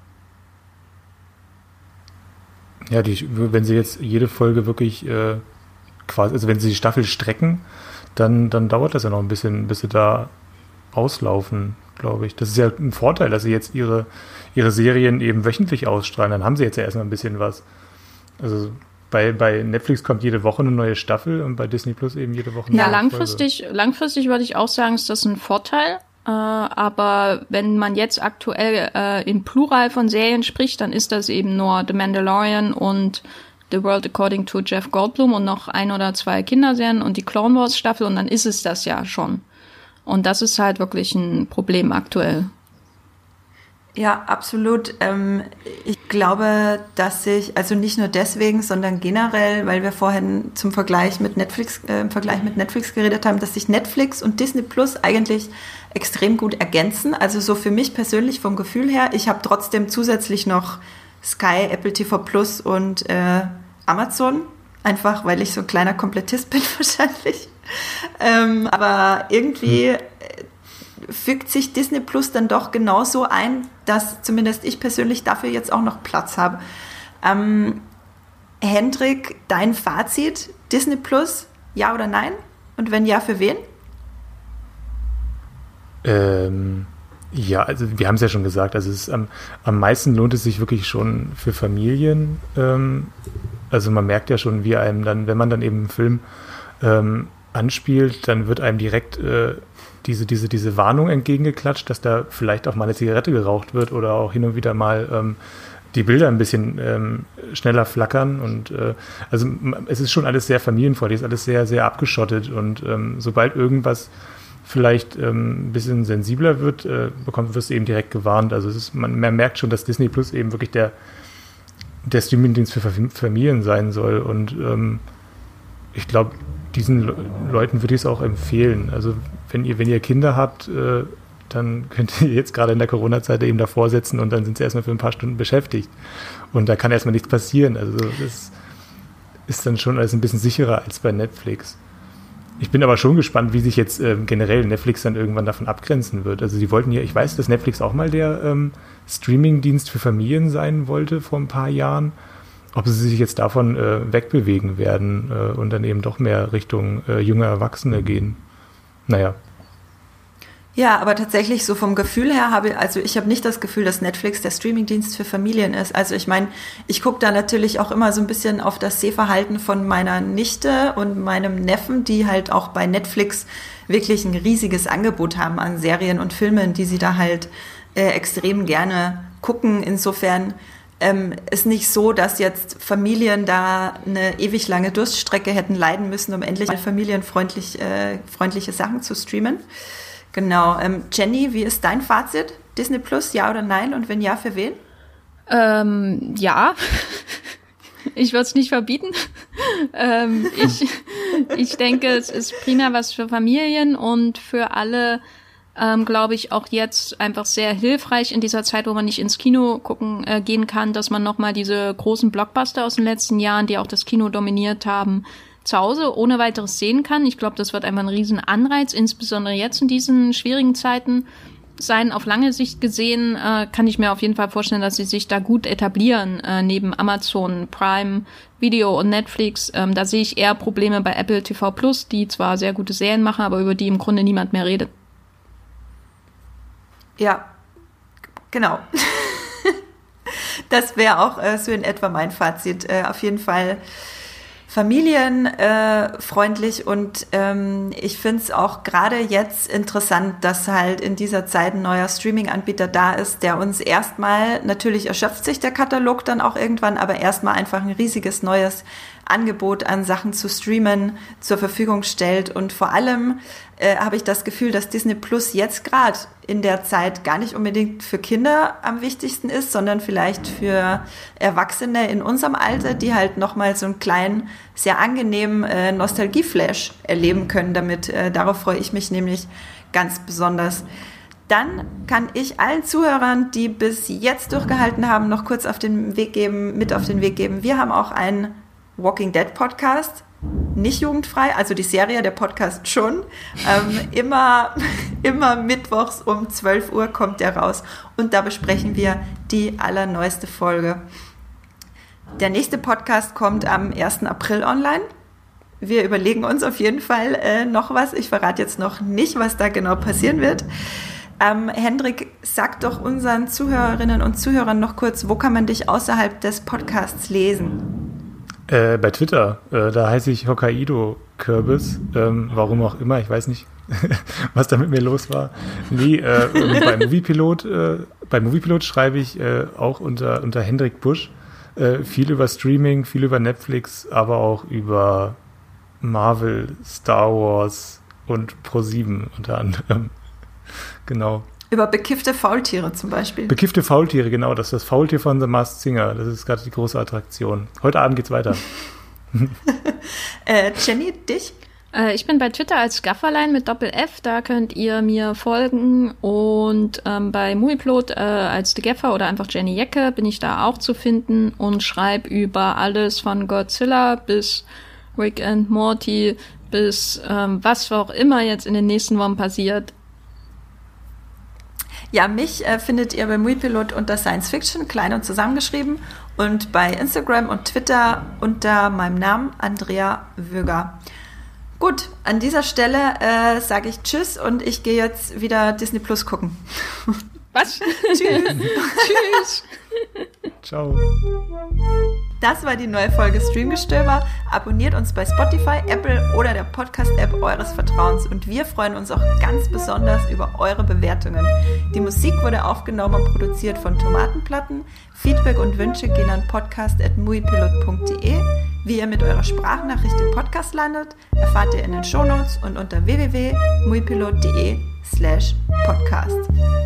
Ja, wenn sie jetzt jede Folge wirklich quasi, also wenn sie die Staffel strecken, dann dauert das ja noch ein bisschen, bis sie da auslaufen, glaube ich. Das ist ja ein Vorteil, dass sie jetzt ihre Serien eben wöchentlich ausstrahlen. Dann haben sie jetzt ja erstmal ein bisschen was. Also bei Netflix kommt jede Woche eine neue Staffel und bei Disney Plus eben jede Woche eine neue Folge. Langfristig würde ich auch sagen, ist das ein Vorteil. Aber wenn man jetzt aktuell im Plural von Serien spricht, dann ist das eben nur The Mandalorian und The World According to Jeff Goldblum und noch 1 oder 2 Kinderserien und die Clone Wars Staffel und dann ist es das ja schon. Und das ist halt wirklich ein Problem aktuell. Ja, absolut. Ich glaube, dass sich, also nicht nur deswegen, sondern generell, weil wir vorhin im Vergleich mit Netflix geredet haben, dass sich Netflix und Disney Plus eigentlich extrem gut ergänzen. Also so für mich persönlich vom Gefühl her, ich habe trotzdem zusätzlich noch Sky, Apple TV Plus und Amazon, einfach weil ich so ein kleiner Komplettist bin wahrscheinlich. Aber irgendwie fügt sich Disney Plus dann doch genauso ein, dass zumindest ich persönlich dafür jetzt auch noch Platz habe. Hendrik, dein Fazit, Disney Plus, ja oder nein? Und wenn ja, für wen? Ja, also wir haben es ja schon gesagt, also es ist am meisten lohnt es sich wirklich schon für Familien. Also man merkt ja schon, wie einem dann, wenn man dann eben einen Film anspielt, dann wird einem direkt diese Warnung entgegengeklatscht, dass da vielleicht auch mal eine Zigarette geraucht wird oder auch hin und wieder mal die Bilder ein bisschen schneller flackern. Und also es ist schon alles sehr familienfreundlich, es ist alles sehr, sehr abgeschottet. Und sobald irgendwas vielleicht ein bisschen sensibler wird, wirst du eben direkt gewarnt. Also man merkt schon, dass Disney Plus eben wirklich der Streamingdienst für Familien sein soll. Und ich glaube, diesen Leuten würde ich es auch empfehlen. Also wenn ihr Kinder habt, dann könnt ihr jetzt gerade in der Corona-Zeit eben davor sitzen und dann sind sie erstmal für ein paar Stunden beschäftigt. Und da kann erstmal nichts passieren. Also das ist dann schon alles ein bisschen sicherer als bei Netflix. Ich bin aber schon gespannt, wie sich jetzt generell Netflix dann irgendwann davon abgrenzen wird. Also sie wollten ja, ich weiß, dass Netflix auch mal der Streaming-Dienst für Familien sein wollte vor ein paar Jahren. Ob sie sich jetzt davon wegbewegen werden und dann eben doch mehr Richtung junge Erwachsene gehen. Naja. Ja, aber tatsächlich so vom Gefühl her ich habe nicht das Gefühl, dass Netflix der Streamingdienst für Familien ist. Also ich meine, ich gucke da natürlich auch immer so ein bisschen auf das Sehverhalten von meiner Nichte und meinem Neffen, die halt auch bei Netflix wirklich ein riesiges Angebot haben an Serien und Filmen, die sie da halt extrem gerne gucken. Insofern ist nicht so, dass jetzt Familien da eine ewig lange Durststrecke hätten leiden müssen, um endlich mal familienfreundliche Sachen zu streamen. Genau. Jenny, wie ist dein Fazit? Disney Plus, ja oder nein? Und wenn ja, für wen? Ja. Ich würde es nicht verbieten. Ich denke, es ist primär was für Familien und für alle, glaube ich, auch jetzt einfach sehr hilfreich in dieser Zeit, wo man nicht ins Kino gehen kann, dass man nochmal diese großen Blockbuster aus den letzten Jahren, die auch das Kino dominiert haben, zu Hause ohne weiteres sehen kann. Ich glaube, das wird einfach ein riesen Anreiz, insbesondere jetzt in diesen schwierigen Zeiten sein. Auf lange Sicht gesehen kann ich mir auf jeden Fall vorstellen, dass sie sich da gut etablieren, neben Amazon, Prime Video und Netflix. Da sehe ich eher Probleme bei Apple TV Plus, die zwar sehr gute Serien machen, aber über die im Grunde niemand mehr redet. Ja, genau. Das wäre auch so in etwa mein Fazit. Auf jeden Fall familienfreundlich und ich finde es auch gerade jetzt interessant, dass halt in dieser Zeit ein neuer Streaming-Anbieter da ist, der uns erstmal, natürlich erschöpft sich der Katalog dann auch irgendwann, aber erstmal einfach ein riesiges neues Angebot an Sachen zu streamen zur Verfügung stellt und vor allem habe ich das Gefühl, dass Disney Plus jetzt gerade in der Zeit gar nicht unbedingt für Kinder am wichtigsten ist, sondern vielleicht für Erwachsene in unserem Alter, die halt nochmal so einen kleinen, sehr angenehmen Nostalgieflash erleben können damit. Darauf freue ich mich nämlich ganz besonders. Dann kann ich allen Zuhörern, die bis jetzt durchgehalten haben, noch kurz mit auf den Weg geben. Wir haben auch einen Walking Dead Podcast, nicht jugendfrei, also die Serie, der Podcast schon. Immer mittwochs um 12 Uhr kommt der raus und da besprechen wir die allerneueste Folge. Der nächste Podcast kommt am 1. April online. Wir überlegen uns auf jeden Fall noch was. Ich verrate jetzt noch nicht, was da genau passieren wird. Hendrik, sag doch unseren Zuhörerinnen und Zuhörern noch kurz, wo kann man dich außerhalb des Podcasts lesen? Bei Twitter, da heiße ich Hokkaido Kürbis, warum auch immer, ich weiß nicht, was da mit mir los war. Nee, bei Moviepilot schreibe ich auch unter Hendrik Busch, viel über Streaming, viel über Netflix, aber auch über Marvel, Star Wars und Pro7 unter anderem. Genau. Über bekiffte Faultiere zum Beispiel. Bekiffte Faultiere, genau. Das ist das Faultier von The Masked Singer. Das ist gerade die große Attraktion. Heute Abend geht's weiter. Jenny, dich? Ich bin bei Twitter als Gafferlein mit Doppel-F, da könnt ihr mir folgen und bei Muiplot als The Gaffer oder einfach Jenny Jecke bin ich da auch zu finden und schreibe über alles von Godzilla bis Rick and Morty bis was auch immer jetzt in den nächsten Wochen passiert. Ja, mich findet ihr bei Muipilot unter Science Fiction, klein und zusammengeschrieben und bei Instagram und Twitter unter meinem Namen Andrea Wöger. Gut, an dieser Stelle sage ich Tschüss und ich gehe jetzt wieder Disney Plus gucken. Was? Tschüss. Tschüss. Ciao. Das war die neue Folge Streamgestöber. Abonniert uns bei Spotify, Apple oder der Podcast-App eures Vertrauens und wir freuen uns auch ganz besonders über eure Bewertungen. Die Musik wurde aufgenommen und produziert von Tomatenplatten. Feedback und Wünsche gehen an podcast@muipilot.de. Wie ihr mit eurer Sprachnachricht im Podcast landet, erfahrt ihr in den Shownotes und unter www.muipilot.de/podcast.